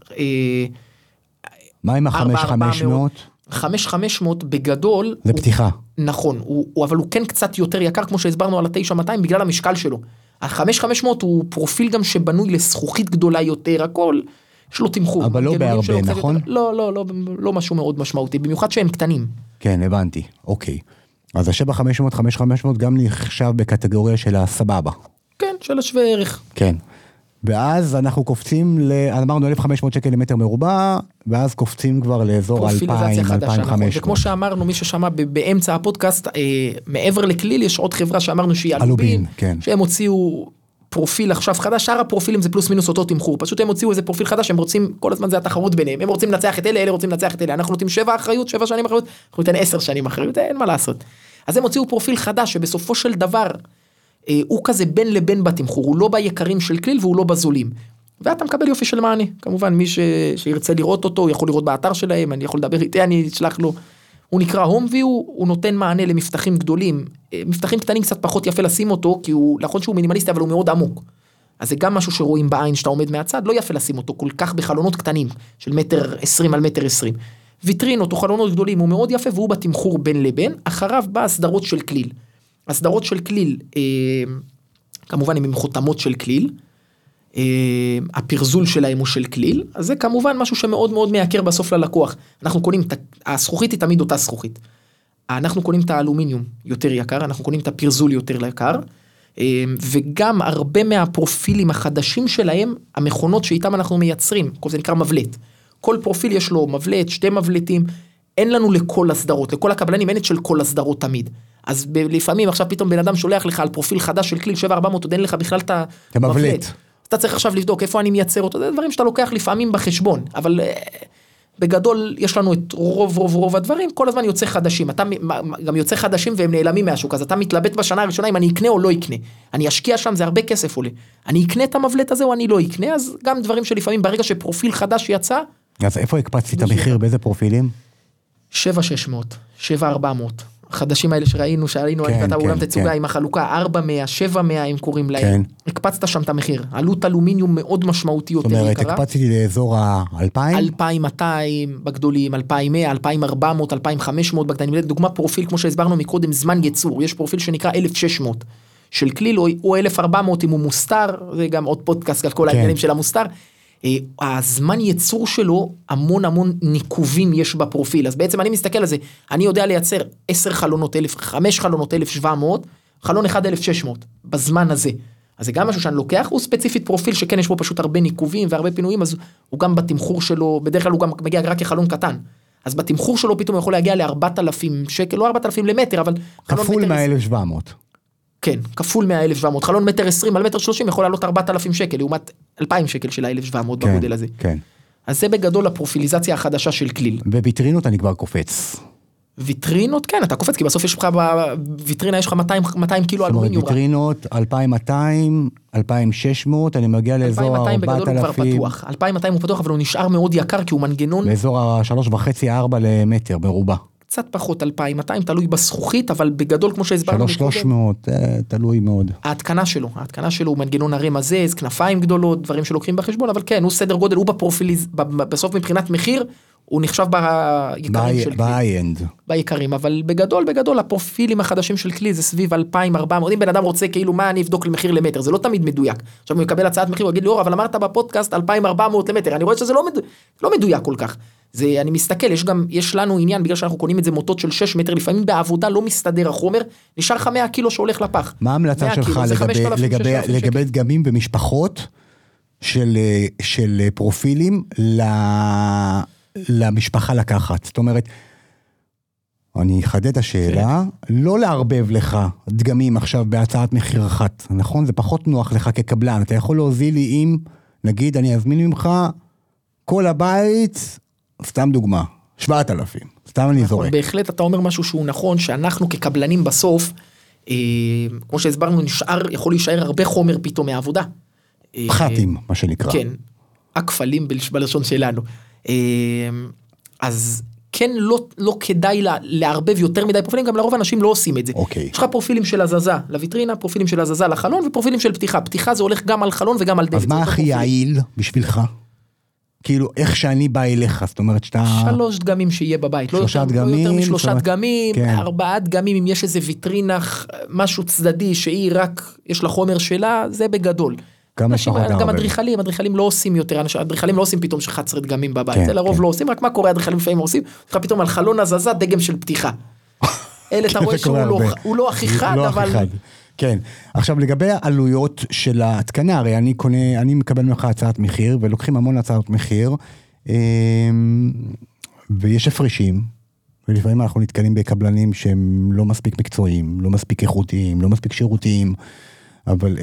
מה עם ה-5,500? 5,500 בגדול, זה פתיחה. נכון, אבל הוא כן קצת יותר יקר, כמו שהסברנו על ה-9,200, בגלל המשקל שלו. ה-5,500 הוא פרופיל גם שבנוי לזכוכית גדולה יותר, הכל, יש לו תמחור. אבל לא בהרבה, נכון? לא משהו מאוד משמעותי, במיוחד שהם קטנים. כן, הבנתי, אוקיי. אז ה-7,500, 5,500 גם נחשב בקטגוריה של הסבבה. כן, של השווה ערך. כן. ואז אנחנו קופצים, אמרנו 1,500 שקל למטר מרובע, ואז קופצים כבר לאזור 2,000, 2,500. וכמו שאמרנו, מי ששמע באמצע הפודקאסט, מעבר לכליל, יש עוד חברה שאמרנו שהיא אלובין, שהם הוציאו פרופיל עכשיו חדש, שאר הפרופילים זה פלוס מינוס אותו תמחור, פשוט הם הוציאו איזה פרופיל חדש, הם רוצים, כל הזמן זה התחרות ביניהם, הם רוצים לנצח את אלה, אלה רוצים לנצח את אלה, אנחנו נותנים 7 שנים אחריות, אנחנו ניתן 10 שנים אחריות, אין מה לעשות. אז הם הוציאו פרופיל חדש, שבסופו של דבר, הוא כזה בין לבין בתמחור, הוא לא ביקרים של כליל, והוא לא בזולים. ואתה מקבל יופי של מענה, כמובן, מי שירצה לראות אותו, יכול לראות באתר שלהם, אני יכול לדבר איתי, אני אשלח לו, הוא נקרא Home View, הוא נותן מענה למפתחים גדולים, מפתחים קטנים קצת פחות יפה לשים אותו, כי הוא, נכון שהוא מינימליסטי, אבל הוא מאוד עמוק. אז זה גם משהו שרואים בעין שאתה עומד מהצד, לא יפה לשים אותו כל כך בחלונות קטנים, של 1.20 על 1.20. ויטרינות או חלונות גדולים, הוא מאוד יפה, והוא בתמחור בין לבין, אחריו בא הסדרות של כליל. הסדרות של כליל, כמובן הם עם חותמות של כליל, הפרזול שלהם הוא של כליל, אז זה כמובן משהו שמאוד מאוד מייקר בסוף ללקוח. אנחנו קונים, הזכוכית היא תמיד אותה זכוכית. אנחנו קונים את האלומיניום יותר יקר, אנחנו קונים את הפרזול יותר יקר, וגם הרבה מהפרופילים החדשים שלהם, המכונות שאיתם אנחנו מייצרים, כל זה נקרא מבלט. כל פרופיל יש לו מבלט, 2 מבלטים, אין לנו לכל הסדרות, לכל הקבלנים אין את של כל הסדרות תמיד. אז לפעמים עכשיו פתאום בן אדם שולח לך על פרופיל חדש של כליל 7400, עוד אין לך בכלל את המבלט. אתה צריך עכשיו לבדוק איפה אני מייצר אותו, זה דברים שאתה לוקח לפעמים בחשבון, אבל בגדול יש לנו את רוב הדברים, כל הזמן יוצא חדשים, אתה גם יוצא חדשים והם נעלמים מהשוק, אז אתה מתלבט בשנה הראשונה אם אני אקנה או לא אקנה, אני אשקיע שם, זה הרבה כסף עולה, אני אקנה את המבלט הזה או אני לא אקנה, אז גם דברים שלפעמים ברגע שפרופיל חדש יצא. אז איפה הקפצתי את המחיר, באיזה פרופילים? 7,600, 7,400. החדשים האלה שראינו, אני כתב אולם תצוגה עם החלוקה, 400, 700 הם קוראים להם, הקפצת שם את המחיר, עלות אלומיניום מאוד משמעותי יותר יקרה. זאת אומרת, הקפצתי לאזור ה-2,000? 2,200 בגדולים, 2,100, 2,400, 2,500 בקטנים, לדוגמה פרופיל כמו שהסברנו מקודם, זמן ייצור, יש פרופיל שנקרא 1,600 של כליל, או 1,400 אם הוא מוסתר, זה גם עוד פודקאסט על כל העניינים של המוסתר, הזמן ייצור שלו, המון ניקובים יש בפרופיל, אז בעצם אני מסתכל על זה, אני יודע לייצר 10 חלונות 1,000, 5 חלונות 1,700, חלון 1,600, בזמן הזה, אז זה גם משהו שאני לוקח, הוא ספציפית פרופיל שכן יש בו פשוט הרבה ניקובים והרבה פינויים, אז הוא גם בתמחור שלו, בדרך כלל הוא גם מגיע רק כחלון קטן, אז בתמחור שלו פתאום הוא יכול להגיע ל4,000 שקל, לא 4,000 למטר, אבל כפול 1,700. כן, כפול 1,700, חלון 1.20 על 1.30 יכול לעלות 4,000 שקל, לעומת 2,000 שקל של 1,700 בגודל הזה. כן. אז זה בגדול הפרופיליזציה החדשה של כליל. בוויטרינות אני כבר קופץ. ויטרינות, כן, אתה קופץ, כי בסוף יש לך בוויטרינה, יש לך 200 קילו אלומיניום. ויטרינות, 2,200, 2,600, אני מגיע לאזור 4,000. 2,200 בגדול הוא כבר פתוח. 2,200 הוא פתוח, אבל הוא נשאר מאוד יקר, כי הוא מנגנון. באזור ה-3.5-4 למטר, ברובע. קצת פחות 2,200, תלוי בזכוכית, אבל בגדול, כמו שהסברנו, 3,300, תלוי מאוד. ההתקנה שלו הוא מנגנון הרי מזז, כנפיים גדולות, דברים שלוקחים בחשבון, אבל כן, הוא סדר גודל, הוא בפרופיליז, בסוף מבחינת מחיר, הוא נחשב ביקרים של כלי. ביקרים, אבל בגדול, הפרופילים החדשים של כלי, זה סביב 2,400, אם בן אדם רוצה כאילו מה אני אבדוק למחיר למטר, זה לא תמיד מדויק. עכשיו הוא יקבל הצעת מחיר, הוא יגיד לי, אבל אמרת בפודקאסט 2,400 למטר, אני רואה שזה לא מדויק כל כך. זה, אני מסתכל, יש לנו עניין, בגלל שאנחנו קונים את זה מוטות של 6 מטר, לפעמים בעבודה לא מסתדר החומר, נשאר לך 100 קילו שהולך לפח. מה ההמלצה שלך לגבי דגמים ומשפחות של פרופילים למשפחה לקחת? זאת אומרת, אני אחדד השאלה, לא לערבב לך דגמים עכשיו בהצעת מחיר אחת, נכון? זה פחות נוח לך כקבלן, אתה יכול להוזיל לי אם, נגיד, אני אזמין ממך כל הבית, סתם דוגמה, 7,000, סתם אני זורק. בהחלט אתה אומר משהו שהוא נכון, שאנחנו כקבלנים בסוף, כמו שהסברנו, יכול להישאר הרבה חומר פתאום מהעבודה. פחתים, מה שנקרא. כן, הכפלים בלשון שלנו. אז כן, לא כדאי לערבב יותר מדי פרופילים, גם לרוב אנשים לא עושים את זה. יש לך פרופילים של הזזה לויטרינה, פרופילים של הזזה לחלון, ופרופילים של פתיחה. פתיחה זה הולך גם על חלון וגם על דלת. אז מה הכי יעיל בשבילך? כאילו, איך שאני בא אליך, זאת אומרת שאתה... 3 דגמים שיהיה בבית, 3 דגמים, 3 דגמים, 4 דגמים, אם יש איזה ויטרינה, משהו צדדי, שהיא רק, יש לה חומר שלה, זה בגדול. גם אדריכלים לא עושים יותר, אדריכלים לא עושים פתאום 11 דגמים בבית, זה לרוב לא עושים, רק מה קורה, אדריכלים לפעמים עושים, יש לך פתאום על חלון הזזה, דגם של פתיחה. אלה אתה רואה שהוא לא הכי חד, אבל... כן, עכשיו לגבי העלויות של ההתקנה, הרי אני מקבל ממך הצעת מחיר, ולוקחים המון הצעות מחיר, ויש הפרשים, ולפעמים אנחנו נתקלים בקבלנים שהם לא מספיק מקצועיים, לא מספיק איכותיים, לא מספיק שירותיים, אבל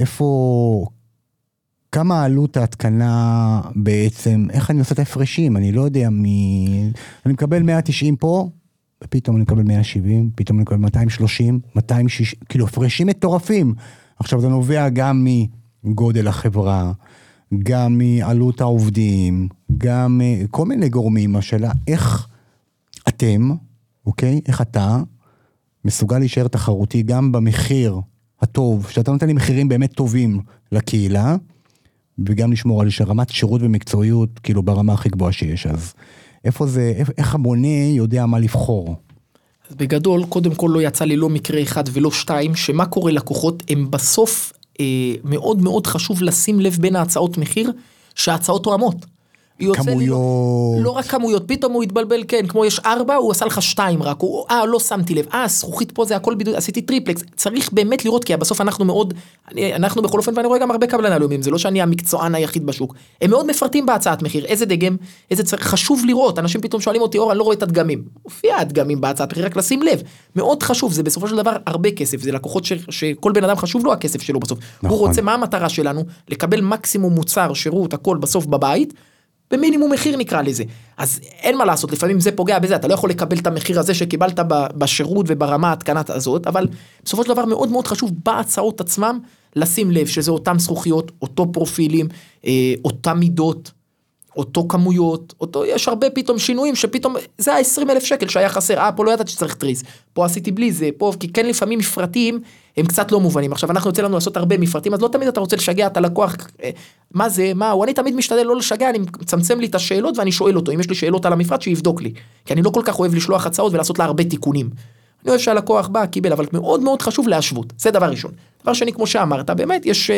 כמה עלות ההתקנה בעצם, איך אני עושה את ההפרשים, אני לא יודע אני מקבל 190 פה, ופתאום אני מקבל 170, פתאום אני מקבל 230, 260, כאילו הפרשים מטורפים. עכשיו זה נובע גם מגודל החברה, גם מעלות העובדים, גם כל מיני גורמים. השאלה, איך אתם, אוקיי, איך אתה מסוגל להישאר תחרותי גם במחיר הטוב, שאתה נותן לי מחירים באמת טובים לקהילה, וגם לשמור על רמת שירות ומקצועיות, כאילו ברמה הכי גבוהה שיש. אז איפה זה, איך המונה יודע מה לבחור? אז בגדול, קודם כל לא יצא לי לא מקרה אחד ולא 2, שמה קורה לקוחות, הם בסוף מאוד מאוד חשוב לשים לב בין ההצעות מחיר, שההצעות תואמות. כמויות. לא רק כמויות, פתאום הוא התבלבל, כן, כמו יש 4, הוא עשה לך 2 רק, לא שמתי לב, זכוכית פה זה הכל בידוד, עשיתי טריפלקס, צריך באמת לראות, כי בסוף אנחנו מאוד, אנחנו בכל אופן, ואני רואה גם הרבה קבלני אלומיניום, זה לא שאני המקצוען היחיד בשוק, הם מאוד מפרטים בהצעת מחיר, איזה דגם, איזה צריך, חשוב לראות, אנשים פתאום שואלים אותי, אני לא רואה את הדגמים, מופיע הדגמים בהצעת מחיר, רק לשים לב, מאוד חשוב, זה בסופו של דבר הרבה כסף, זה לקוחות שכל בן אדם חשוב לו הכסף שלו בסוף, הוא רוצה מה המטרה שלנו, לקבל מקסימום מוצר, שירות, הכל בסוף בבית, במינימום מחיר נקרא לזה, אז אין מה לעשות, לפעמים זה פוגע בזה, אתה לא יכול לקבל את המחיר הזה שקיבלת בשירות וברמה התקנת הזאת, אבל בסופו של דבר מאוד מאוד חשוב בהצעות עצמם, לשים לב שזה אותם זכוכיות, אותו פרופילים, אותם מידות, אותו כמויות, יש הרבה פתאום שינויים, שפתאום זה ה-20,000 שקל שהיה חסר, פה לא ידעת שצריך טריס, פה עשיתי בלי זה, פה, כי כן לפעמים מפרטים, הם קצת לא מובנים, עכשיו אנחנו יוצא לנו לעשות הרבה מפרטים, אז לא תמיד אתה רוצה לשגע את הלקוח, מה זה, אני תמיד משתדל לא לשגע, אני מצמצם לי את השאלות ואני שואל אותו, אם יש לי שאלות על המפרט שיבדוק לי, כי אני לא כל כך אוהב לשלוח הצעות ולעשות לה הרבה תיקונים, אני אוהב שהלקוח בא, קיבל, אבל מאוד מאוד חשוב להשוות, זה דבר ראשון. דבר שני, כמו שאמרת, באמת יש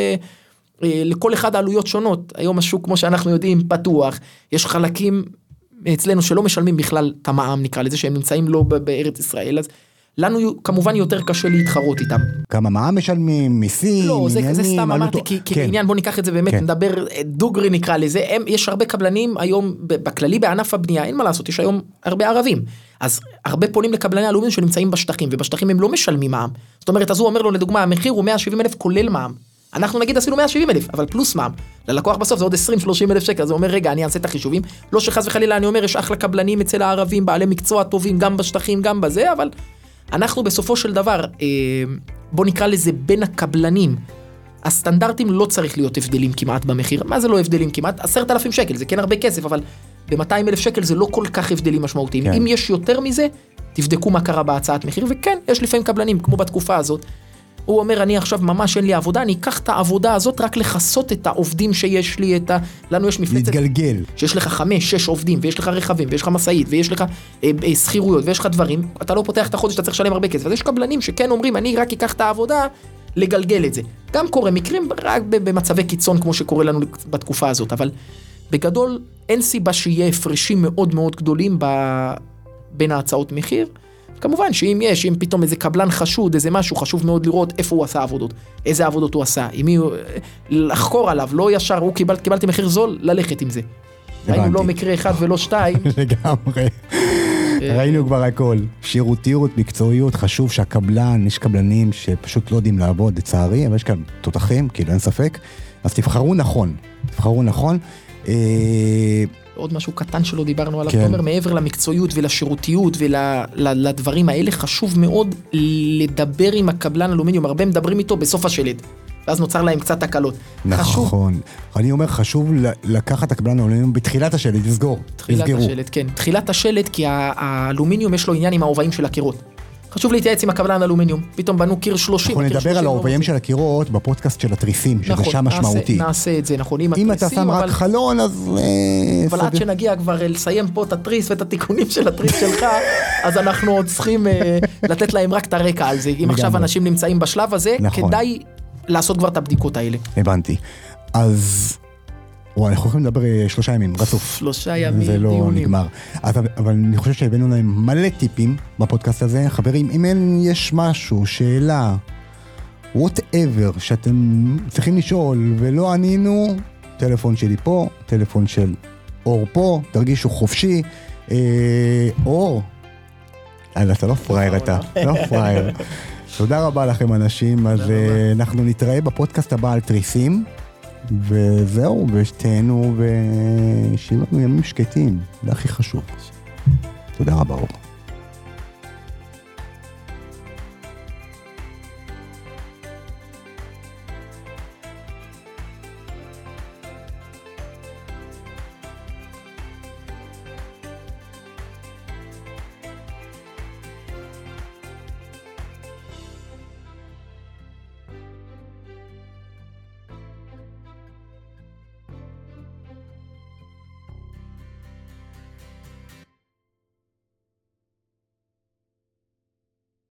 לכל אחד העלויות שונות, היום השוק כמו שאנחנו יודעים פתוח, יש חלקים אצלנו שלא משלמים בכלל את המע"מ נקרא לזה, שהם נמצאים לא בארץ ישראל, אז לנו כמובן יותר קשה להתחרות איתם. כמה מע"מ משלמים, מיסים, לא, זה סתם אמרתי, כי עניין בוא ניקח את זה באמת, נדבר דוגרי נקרא לזה, יש הרבה קבלנים היום, בכללי בענף הבנייה, אין מה לעשות, יש היום הרבה ערבים, אז הרבה פונים לקבלני אלומיניום שנמצאים בשטחים, ובשטחים הם לא משלמים מע"מ, זאת אומרת, אז הוא אומר לו לדוגמה, המחיר הוא 170,000 כולל מע"מ, אנחנו נגיד עשינו 170,000, אבל פלוס מע"מ, ללקוח בסוף זה עוד 20-30,000 שקל, אז הוא אומר רגע, אני אעשה את החישובים, לא שחס וחלילה אני אומר, יש אחלה קבלנים אצל הערבים, בעלי מקצוע טובים, גם בשטחים, גם בזה, אבל אנחנו בסופו של דבר, בוא נקרא לזה בין הקבלנים, הסטנדרטים לא צריך להיות הבדלים כמעט במחיר, מה זה לא הבדלים כמעט? 10,000 שקל, זה כן הרבה כסף, אבל ב-200,000 שקל זה לא כל כך הבדלים משמעותיים, כן. אם יש יותר מזה, תבדקו מה קרה בהצעת מחיר, וכן, יש לפעמים קבלנים, כמו בתקופה הזאת, הוא אומר, אני עכשיו ממש אין לי עבודה, אני אקח את העבודה הזאת רק לחסות את העובדים שיש לי, לנו יש מפלצת, להתגלגל. שיש לך 5-6 עובדים, ויש לך רכבים, ויש לך מסעית, ויש לך שכירויות, ויש לך דברים, אתה לא פותח את החודש, אתה צריך לשלם הרבה כסף, אז יש קבלנים שכן אומרים, אני רק אקח את העבודה, לגלגל את זה. גם קורה מקרים רק במצבי קיצון, כמו שקורה לנו בתקופה הזאת, אבל בגדול, אין סיבה שיהיה הפרשים מאוד מאוד גדולים בין ההצעות מחיר, כמובן שאם פתאום איזה קבלן חשוד, איזה משהו, חשוב מאוד לראות איפה הוא עשה עבודות, איזה עבודות הוא עשה, לחקור עליו, לא ישר, קיבלתי מחיר זול, ללכת עם זה. ראינו לא מקרה אחד ולא 2. לגמרי. ראינו כבר הכל. שירותיות, מקצועיות, חשוב שהקבלן, יש קבלנים שפשוט לא יודעים לעבוד, לצערי, אבל יש כאן תותחים, כאילו אין ספק, אז תבחרו נכון. עוד משהו קטן שלא דיברנו עליו, תומר, מעבר למקצועיות ולשירותיות ולדברים האלה, חשוב מאוד לדבר עם הקבלן אלומיניום, הרבה מדברים איתו בסוף השלד, ואז נוצר להם קצת הקלות. נכון, אני אומר, חשוב לקחת הקבלן אלומיניום בתחילת השלד, לסגור. תחילת השלד, כן, תחילת השלד, כי האלומיניום יש לו עניין עם ההובעים של הקירות. חשוב להתייעץ עם הקבלן אלומיניום, פתאום בנו קיר 30. אנחנו נדבר על ההובעים של הקירות בפודקאסט של התריסים, שזה שם משמעותי. נעשה את זה, נכון, עם התריסים. אם אתה שם רק חלון, אז... אבל עד שנגיע כבר לסיים פה את התריס ואת התיקונים של התריס שלך, אז אנחנו עוד צריכים לתת להם רק את הרקע על זה. אם עכשיו אנשים נמצאים בשלב הזה, כדאי לעשות כבר את הבדיקות האלה. הבנתי. אז... אנחנו יכולים לדבר 3 ימים, רצוף. 3 ימים, זה לא נגמר. אבל אני חושב שהבאנו להם מלא טיפים בפודקאסט הזה. חברים, אם יש משהו, שאלה, whatever, שאתם צריכים לשאול ולא ענינו, טלפון שלי פה, טלפון של אור פה, תרגישו חופשי. אור, אתה לא פרייר, לא פרייר. תודה רבה לכם אנשים, אז אנחנו נתראה בפודקאסט הבא על תריסים. וזהו, ושתהנו ושיהיו לנו ימים שקטים, זה הכי חשוב. תודה רבה.